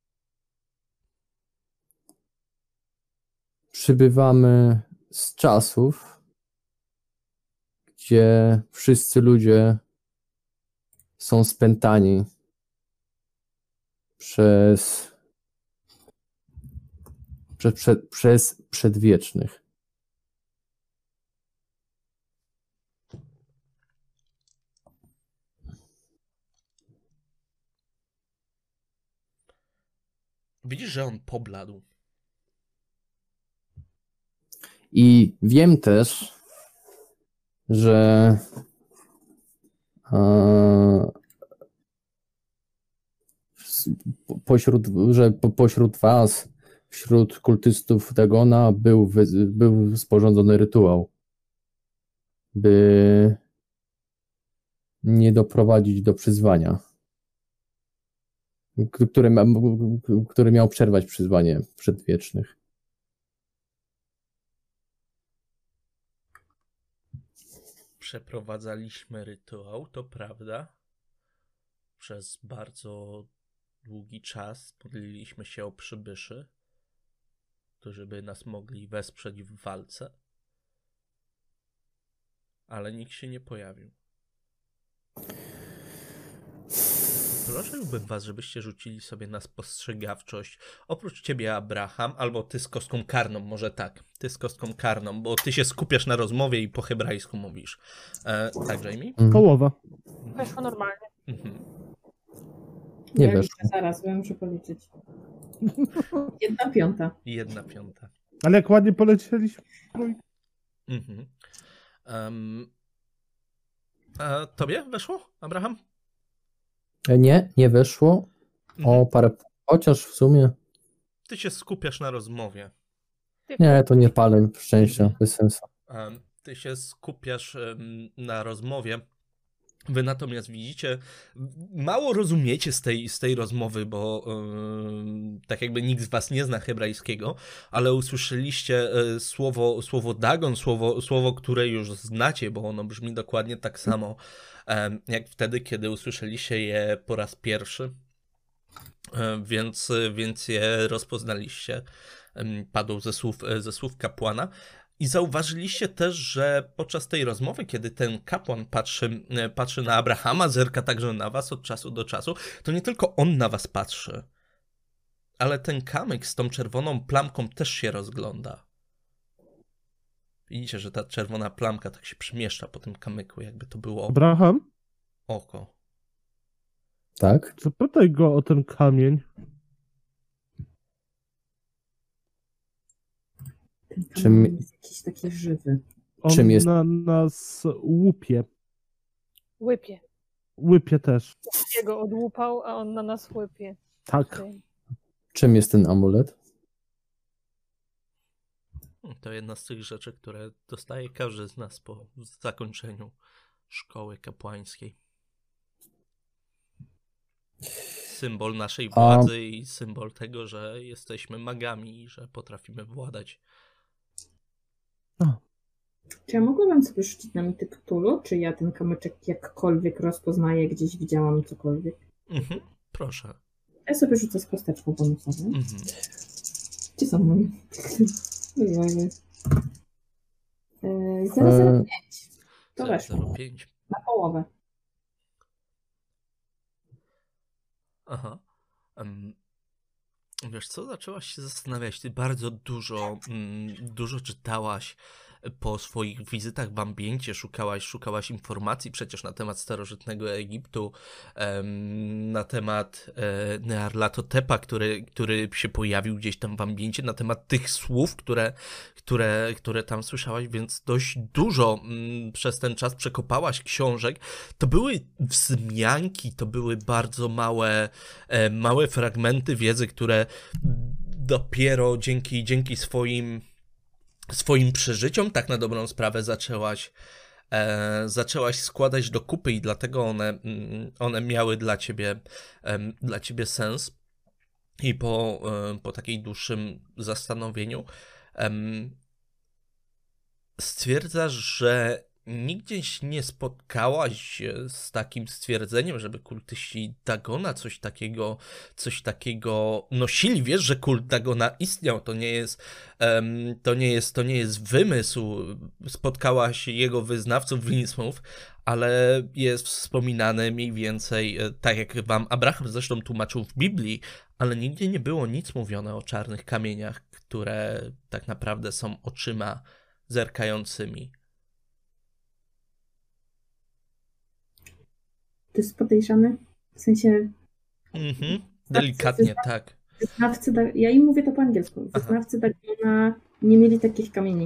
Przybywamy z czasów, gdzie wszyscy ludzie są spętani przez przedwiecznych. Widzisz, że on pobladł. I wiem też, że pośród was, wśród kultystów Dagona był sporządzony rytuał, by nie doprowadzić do przyzwania, który miał przerwać przyzwanie przedwiecznych. Przeprowadzaliśmy rytuał, to prawda. Przez bardzo długi czas modliliśmy się o przybyszy, którzy by nas mogli wesprzeć w walce. Ale nikt się nie pojawił. Prosiłbym was, żebyście rzucili sobie na spostrzegawczość. Oprócz ciebie, Abraham, albo ty z kostką karną, może tak. Ty z kostką karną, bo ty się skupiasz na rozmowie i po hebrajsku mówisz. Tak, Jamie? Połowa. Weszło normalnie. Nie ja weszło. Zaraz, bo ja muszę policzyć. 1/5. 1/5. Ale jak ładnie polecieliśmy. Tobie weszło, Abraham? Nie weszło. O parę, chociaż w sumie. Ty się skupiasz na rozmowie. Nie, to nie palę szczęścia, bez sensu. Ty się skupiasz na rozmowie. Wy natomiast widzicie, mało rozumiecie z tej rozmowy, bo tak jakby nikt z was nie zna hebrajskiego, ale usłyszeliście słowo Dagon, słowo, które już znacie, bo ono brzmi dokładnie tak samo, jak wtedy, kiedy usłyszeliście je po raz pierwszy, więc je rozpoznaliście. Padło ze słów kapłana. I zauważyliście też, że podczas tej rozmowy, kiedy ten kapłan patrzy na Abrahama, zerka także na was od czasu do czasu, to nie tylko on na was patrzy, ale ten kamyk z tą czerwoną plamką też się rozgląda. Widzicie, że ta czerwona plamka tak się przemieszcza po tym kamyku, jakby to było Abraham? oko. Tak? Zapytaj go o ten kamień. Czym jest jakiś taki żywy. On Czym jest? na nas łupie. Łypie. Łypie też. Jego odłupał, a on na nas łypie. Tak. Czym jest ten amulet? To jedna z tych rzeczy, które dostaje każdy z nas po zakończeniu szkoły kapłańskiej. Symbol naszej władzy i symbol tego, że jesteśmy magami i że potrafimy władać. Czy ja mogłabym sobie rzucić na mity Cthulhu? Czy ja ten kamyczek jakkolwiek rozpoznaję, gdzieś widziałam cokolwiek? Proszę. Ja sobie rzucę z kosteczką bonusową. Gdzie są moje? 0,05. To weszło. 0,05. Na połowę. Aha. Wiesz co, zaczęłaś się zastanawiać, ty bardzo dużo czytałaś po swoich wizytach w ambiencie, szukałaś informacji przecież na temat starożytnego Egiptu, na temat Nyarlathotepa, który się pojawił gdzieś tam w ambiencie, na temat tych słów, które tam słyszałaś, więc dość dużo przez ten czas przekopałaś książek. To były wzmianki, to były bardzo małe fragmenty wiedzy, które dopiero dzięki swoim przeżyciom, tak na dobrą sprawę, zaczęłaś składać do kupy i dlatego one miały dla ciebie sens. I po takiej dłuższym zastanowieniu stwierdzasz, że nigdzie nie spotkałaś się z takim stwierdzeniem, żeby kultyści Dagona coś takiego nosili. Wiesz, że kult Dagona istniał, to nie jest wymysł. Spotkałaś jego wyznawców w Innsmouth, ale jest wspominane mniej więcej, tak jak wam Abraham zresztą tłumaczył w Biblii, ale nigdzie nie było nic mówione o czarnych kamieniach, które tak naprawdę są oczyma zerkającymi. To jest podejrzane? W sensie... Delikatnie, tak. Ja im mówię to po angielsku. Wyznawcy Dagona nie mieli takich kamieni.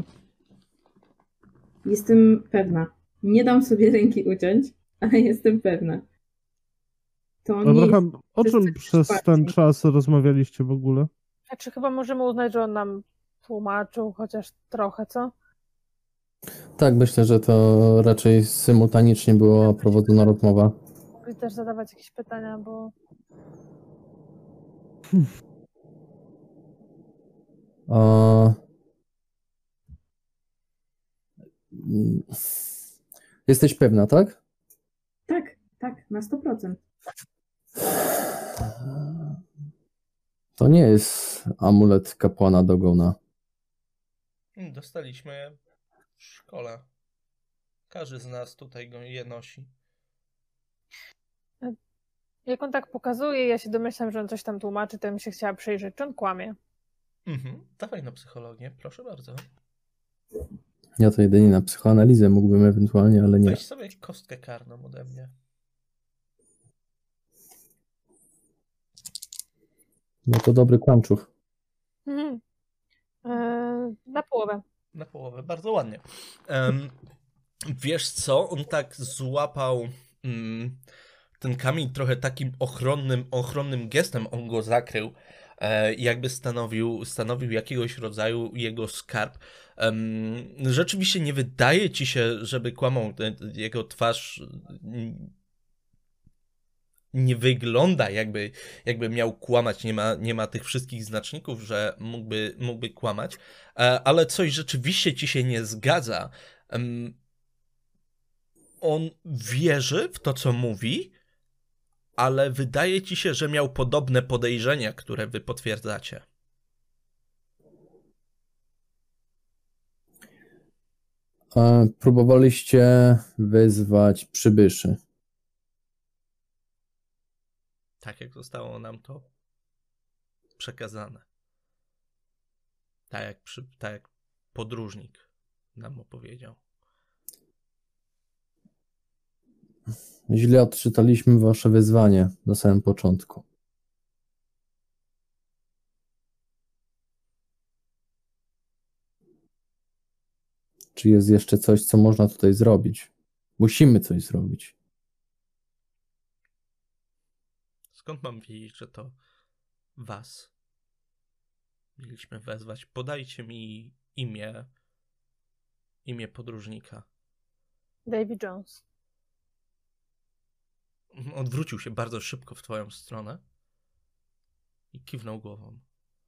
Jestem pewna. Nie dam sobie ręki uciąć, ale jestem pewna. To Abraham, o czym przez ten czas rozmawialiście w ogóle? Znaczy chyba możemy uznać, że on nam tłumaczył chociaż trochę, co? Tak, myślę, że to raczej symultanicznie była prowadzona rozmowa. Mogli też zadawać jakieś pytania, bo... Jesteś pewna, tak? Tak, na 100%. To nie jest amulet kapłana Dagona. Dostaliśmy je w szkole. Każdy z nas tutaj je nosi. Jak on tak pokazuje, ja się domyślam, że on coś tam tłumaczy, to bym się chciała przyjrzeć, czy on kłamie. Dawaj na psychologię, proszę bardzo. Ja to jedynie na psychoanalizę mógłbym ewentualnie, ale nie. Weź sobie kostkę karną ode mnie. No to dobry kłamczów. Na połowę. Na połowę, bardzo ładnie. Wiesz co, on tak złapał ten kamień trochę takim ochronnym gestem, on go zakrył, jakby stanowił jakiegoś rodzaju jego skarb. Rzeczywiście nie wydaje ci się, żeby kłamał. Jego twarz nie wygląda, jakby miał kłamać, nie ma tych wszystkich znaczników, że mógłby kłamać, ale coś rzeczywiście ci się nie zgadza. On wierzy w to, co mówi, ale wydaje ci się, że miał podobne podejrzenia, które wy potwierdzacie. Próbowaliście wyzwać przybyszy. Tak jak zostało nam to przekazane. Tak jak podróżnik nam opowiedział. Źle odczytaliśmy wasze wyzwanie na samym początku. Czy jest jeszcze coś, co można tutaj zrobić? Musimy coś zrobić. Skąd mam wiedzieć, że to was mieliśmy wezwać? Podajcie mi imię podróżnika? Davy Jones. Odwrócił się bardzo szybko w twoją stronę i kiwnął głową.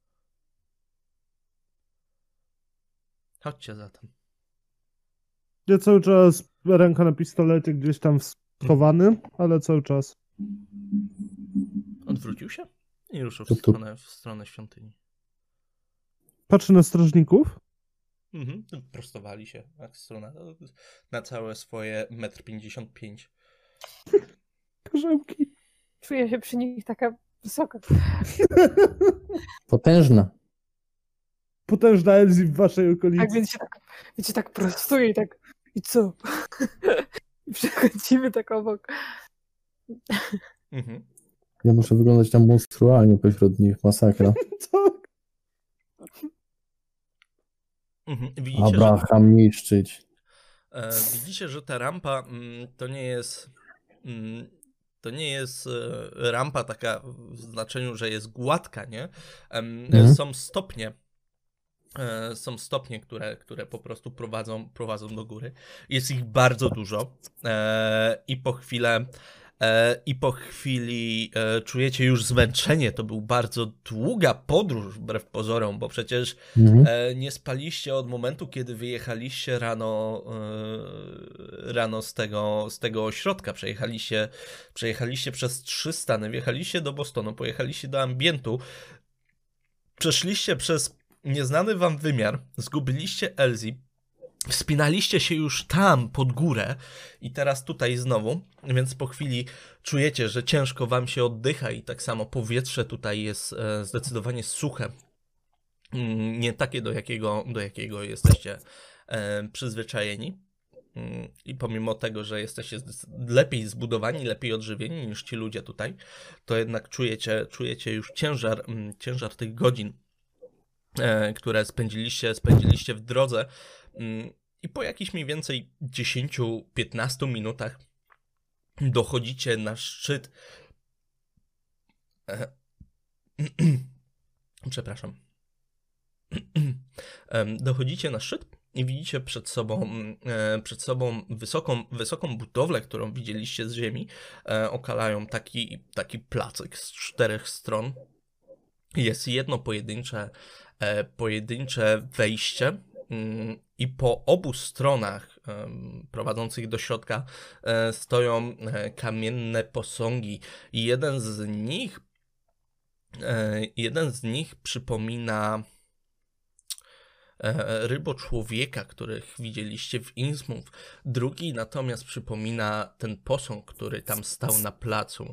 Chodźcie zatem. Ja cały czas ręka na pistolecie gdzieś tam schowany, ale cały czas. Odwrócił się i ruszył w stronę świątyni. Patrzę na strażników. Prostowali się na całe swoje 1,55 m. Korzełki. Czuję się przy nich taka wysoka. Potężna. Potężna Elsie w waszej okolicy. Tak, więc się tak prostuje i tak, i co? I przechodzimy tak obok. Ja muszę wyglądać tam monstrualnie pośród nich, masakra. Tak. Widzicie, Abraham niszczyć. Widzicie, że ta rampa to nie jest rampa taka w znaczeniu, że jest gładka, nie? Są stopnie. Są stopnie, które po prostu prowadzą do góry. Jest ich bardzo dużo i po chwili czujecie już zmęczenie. To był bardzo długa podróż wbrew pozorom, bo przecież nie spaliście od momentu, kiedy wyjechaliście rano z tego ośrodka. Przejechaliście przez 3 stany, wjechaliście do Bostonu, pojechaliście do ambientu, przeszliście przez nieznany wam wymiar, zgubiliście Elsie, wspinaliście się już tam pod górę i teraz tutaj znowu, więc po chwili czujecie, że ciężko wam się oddycha i tak samo powietrze tutaj jest zdecydowanie suche. Nie takie, do jakiego jesteście przyzwyczajeni. I pomimo tego, że jesteście lepiej zbudowani, lepiej odżywieni niż ci ludzie tutaj, to jednak czujecie już ciężar tych godzin, które spędziliście w drodze i po jakichś mniej więcej 10-15 minutach dochodzicie na szczyt. Przepraszam. Dochodzicie na szczyt i widzicie przed sobą wysoką budowlę, którą widzieliście z ziemi. Okalają taki placyk z 4 stron. Jest jedno pojedyncze wejście i po obu stronach prowadzących do środka stoją kamienne posągi i jeden z nich przypomina ryboczłowieka, których widzieliście w Innsmouth. Drugi natomiast przypomina ten posąg, który tam stał na placu.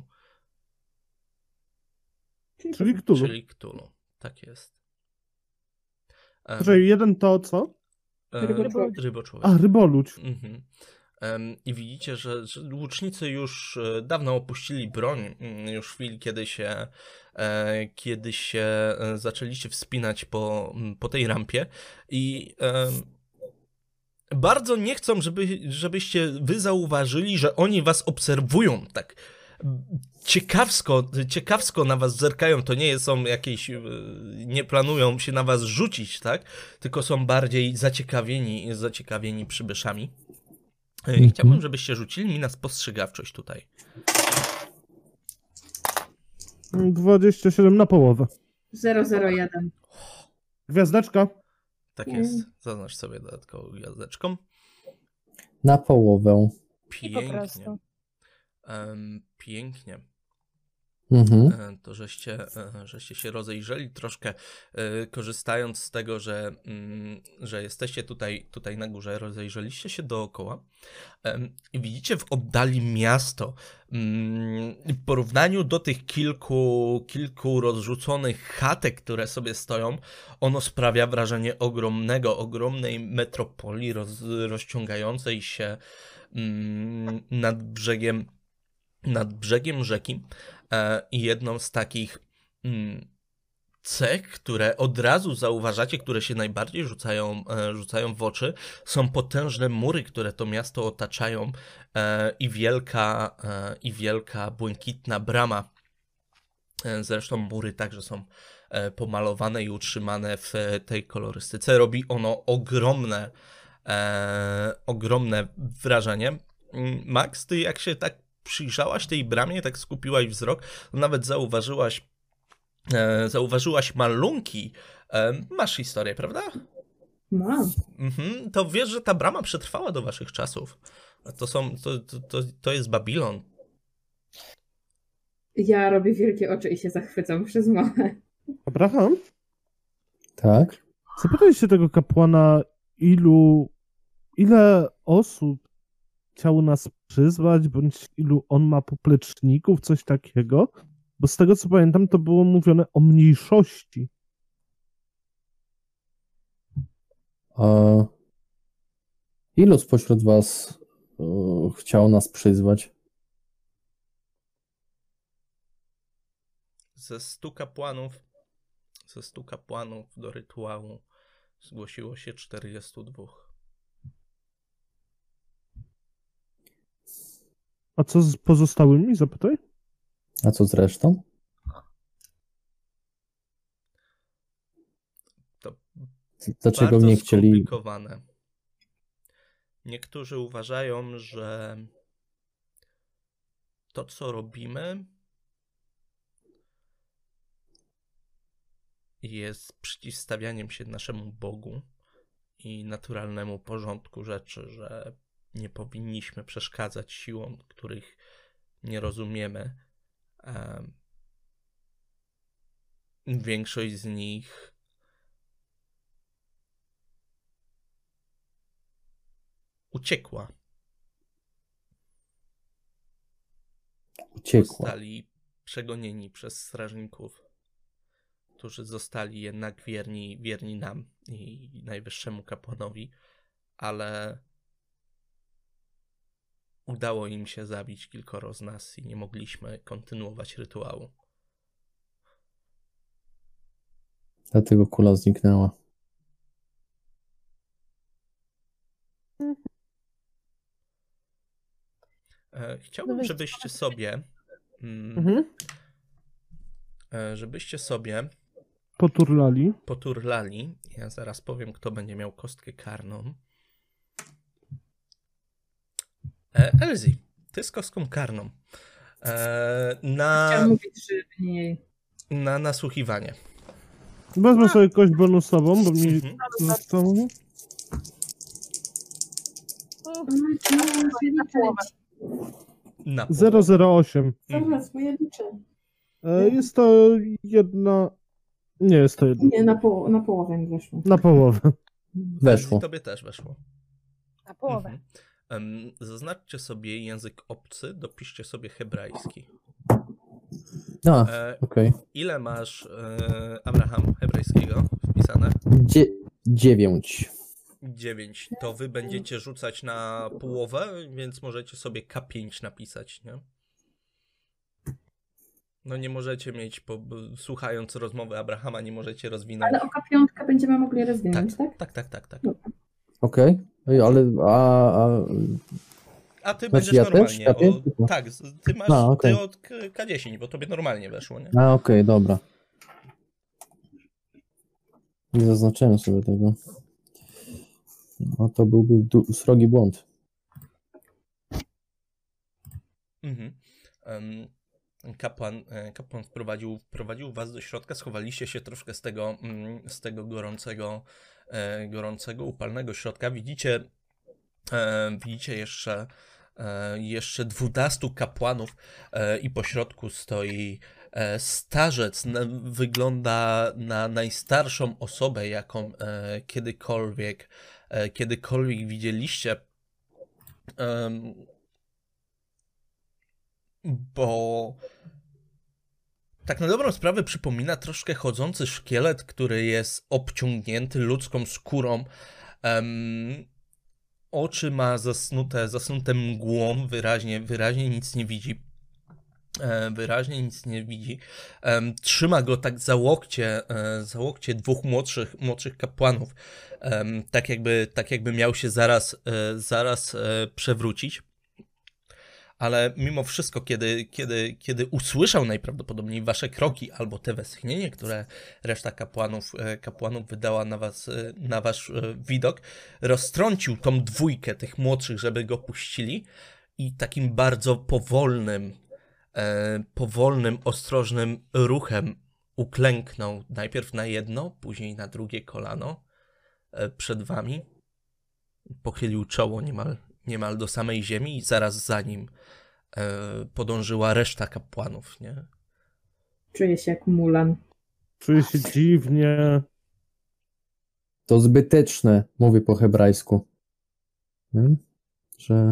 Czyli Cthulhu. Czyli Cthulhu, tak jest. Czyli jeden to co? Ryboczłowiek. A, ryboludź. I widzicie, że łucznicy już dawno opuścili broń, już w chwili, kiedy się zaczęliście wspinać po tej rampie i bardzo nie chcą, żebyście wy zauważyli, że oni was obserwują tak ciekawsko na was zerkają, to nie są jakieś, nie planują się na was rzucić, tak? Tylko są bardziej zaciekawieni przybyszami. Chciałbym, żebyście rzucili mi na spostrzegawczość tutaj. 27 na połowę. 001. Gwiazdeczka. Tak jest. Zaznacz sobie dodatkową gwiazdeczką. Na połowę. Pięknie. Pięknie. To żeście się rozejrzeli troszkę, korzystając z tego, że jesteście tutaj na górze, rozejrzeliście się dookoła i widzicie w oddali miasto. W porównaniu do tych kilku rozrzuconych chatek, które sobie stoją, ono sprawia wrażenie ogromnej metropolii rozciągającej się nad brzegiem rzeki. I jedną z takich cech, które od razu zauważacie, które się najbardziej rzucają w oczy, są potężne mury, które to miasto otaczają i wielka błękitna brama, Zresztą mury także są pomalowane i utrzymane w tej kolorystyce. Robi ono ogromne wrażenie. Max, ty jak się tak przyjrzałaś tej bramie, tak skupiłaś wzrok, to nawet zauważyłaś malunki. Masz historię, prawda? Mam. To wiesz, że ta brama przetrwała do waszych czasów. To jest Babilon. Ja robię wielkie oczy i się zachwycam przez mamę. Abraham? Tak? Zapytaj się tego kapłana, ile osób chciało nas przyzwać, bądź ilu on ma popleczników, coś takiego. Bo z tego co pamiętam, to było mówione o mniejszości. A ilu spośród was chciało nas przyzwać? Ze 100 kapłanów do rytuału zgłosiło się 42. A co z pozostałymi? Zapytaj. A co z resztą? To Dlaczego bardzo nie chcieli? skomplikowane. Niektórzy uważają, że to, co robimy, jest przeciwstawianiem się naszemu Bogu i naturalnemu porządku rzeczy, że nie powinniśmy przeszkadzać siłom, których nie rozumiemy. Większość z nich uciekła. Zostali przegonieni przez strażników, którzy zostali jednak wierni nam i najwyższemu kapłanowi, ale udało im się zabić kilkoro z nas i nie mogliśmy kontynuować rytuału. Dlatego kula zniknęła. Chciałbym, żebyście sobie poturlali. Ja zaraz powiem, kto będzie miał kostkę karną. Elzi, ty z kostką karną. Chciałam mówić, że mniej. Na nasłuchiwanie. Wezmę sobie kość bonusową, bo mi zostało. Na 008. Zaraz, bo ja liczę. Jest to jedna... Nie jest to jedna. Nie, na połowę mi weszło. Na połowę. Weszło. Tobie też weszło. Na połowę. Zaznaczcie sobie język obcy, dopiszcie sobie hebrajski. Okej. Ile masz, Abraham, hebrajskiego wpisane? 9. 9. To wy będziecie rzucać na połowę, więc możecie sobie K5 napisać, nie? No nie możecie mieć, słuchając rozmowy Abrahama, nie możecie rozwinąć. Ale o K5 będziemy mogli rozwinąć, tak? Tak. Okej. Ale A ty znaczy będziesz normalnie. Ja też? Tak, ty masz ty od K10, bo tobie normalnie weszło, nie? Okej, dobra. Nie zaznaczyłem sobie tego. No to byłby srogi błąd. Kapłan wprowadził was do środka, schowaliście się troszkę z tego gorącego, upalnego środka. Widzicie jeszcze 12 kapłanów i po środku stoi starzec. Wygląda na najstarszą osobę, jaką kiedykolwiek widzieliście. Bo tak na dobrą sprawę przypomina troszkę chodzący szkielet, który jest obciągnięty ludzką skórą. Oczy ma zasnute mgłą, wyraźnie nic nie widzi. Trzyma go tak za łokcie dwóch młodszych kapłanów, tak jakby miał się zaraz przewrócić. ale mimo wszystko, kiedy usłyszał najprawdopodobniej wasze kroki albo te westchnienie, które reszta kapłanów wydała na wasz widok, roztrącił tą dwójkę tych młodszych, żeby go puścili i takim bardzo powolnym, ostrożnym ruchem uklęknął najpierw na jedno, później na drugie kolano przed wami. Pochylił czoło niemal do samej ziemi i zaraz za nim podążyła reszta kapłanów, nie? Czuję się jak Mulan. Czuję się dziwnie. To zbyteczne, mówię po hebrajsku. Że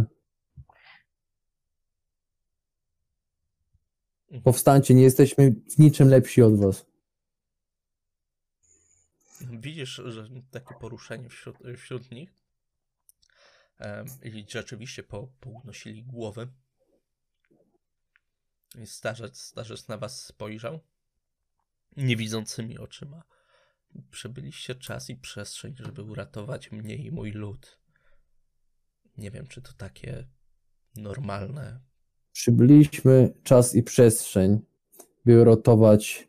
powstańcie, nie jesteśmy w niczym lepsi od was. Widzisz, że takie poruszenie wśród nich i rzeczywiście pounosili głowy. I starzec na was spojrzał niewidzącymi oczyma. Przebyliście czas i przestrzeń, żeby uratować mnie i mój lud. Nie wiem, czy to takie normalne. Przybyliśmy czas i przestrzeń, by uratować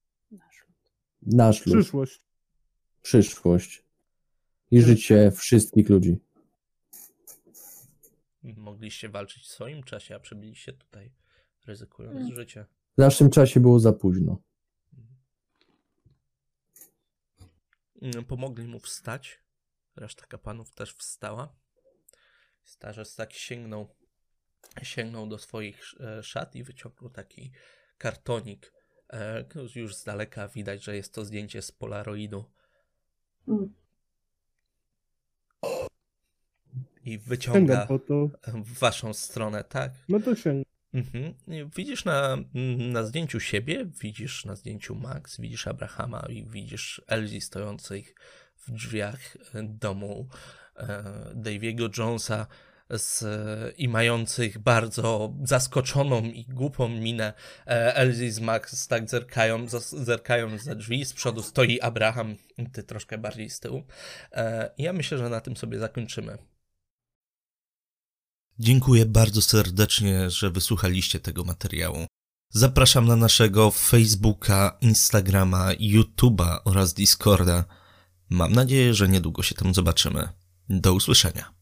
nasz lud. Przyszłość. I życie wszystkich ludzi. Mogliście walczyć w swoim czasie, a przybyliście tutaj, ryzykując życie. W naszym czasie było za późno. Pomogli mu wstać. Reszta kapłanów też wstała. Starzec tak sięgnął do swoich szat i wyciągnął taki kartonik. Już z daleka widać, że jest to zdjęcie z Polaroidu. I wyciąga w waszą stronę, tak? No to sięga. Widzisz na zdjęciu siebie, widzisz na zdjęciu Max, widzisz Abrahama i widzisz Elsie stojących w drzwiach domu Davy'ego Jonesa i mających bardzo zaskoczoną i głupą minę. Elsie z Max tak zerkają za drzwi, z przodu stoi Abraham, ty troszkę bardziej z tyłu. Ja myślę, że na tym sobie zakończymy. Dziękuję bardzo serdecznie, że wysłuchaliście tego materiału. Zapraszam na naszego Facebooka, Instagrama, YouTube'a oraz Discorda. Mam nadzieję, że niedługo się tam zobaczymy. Do usłyszenia.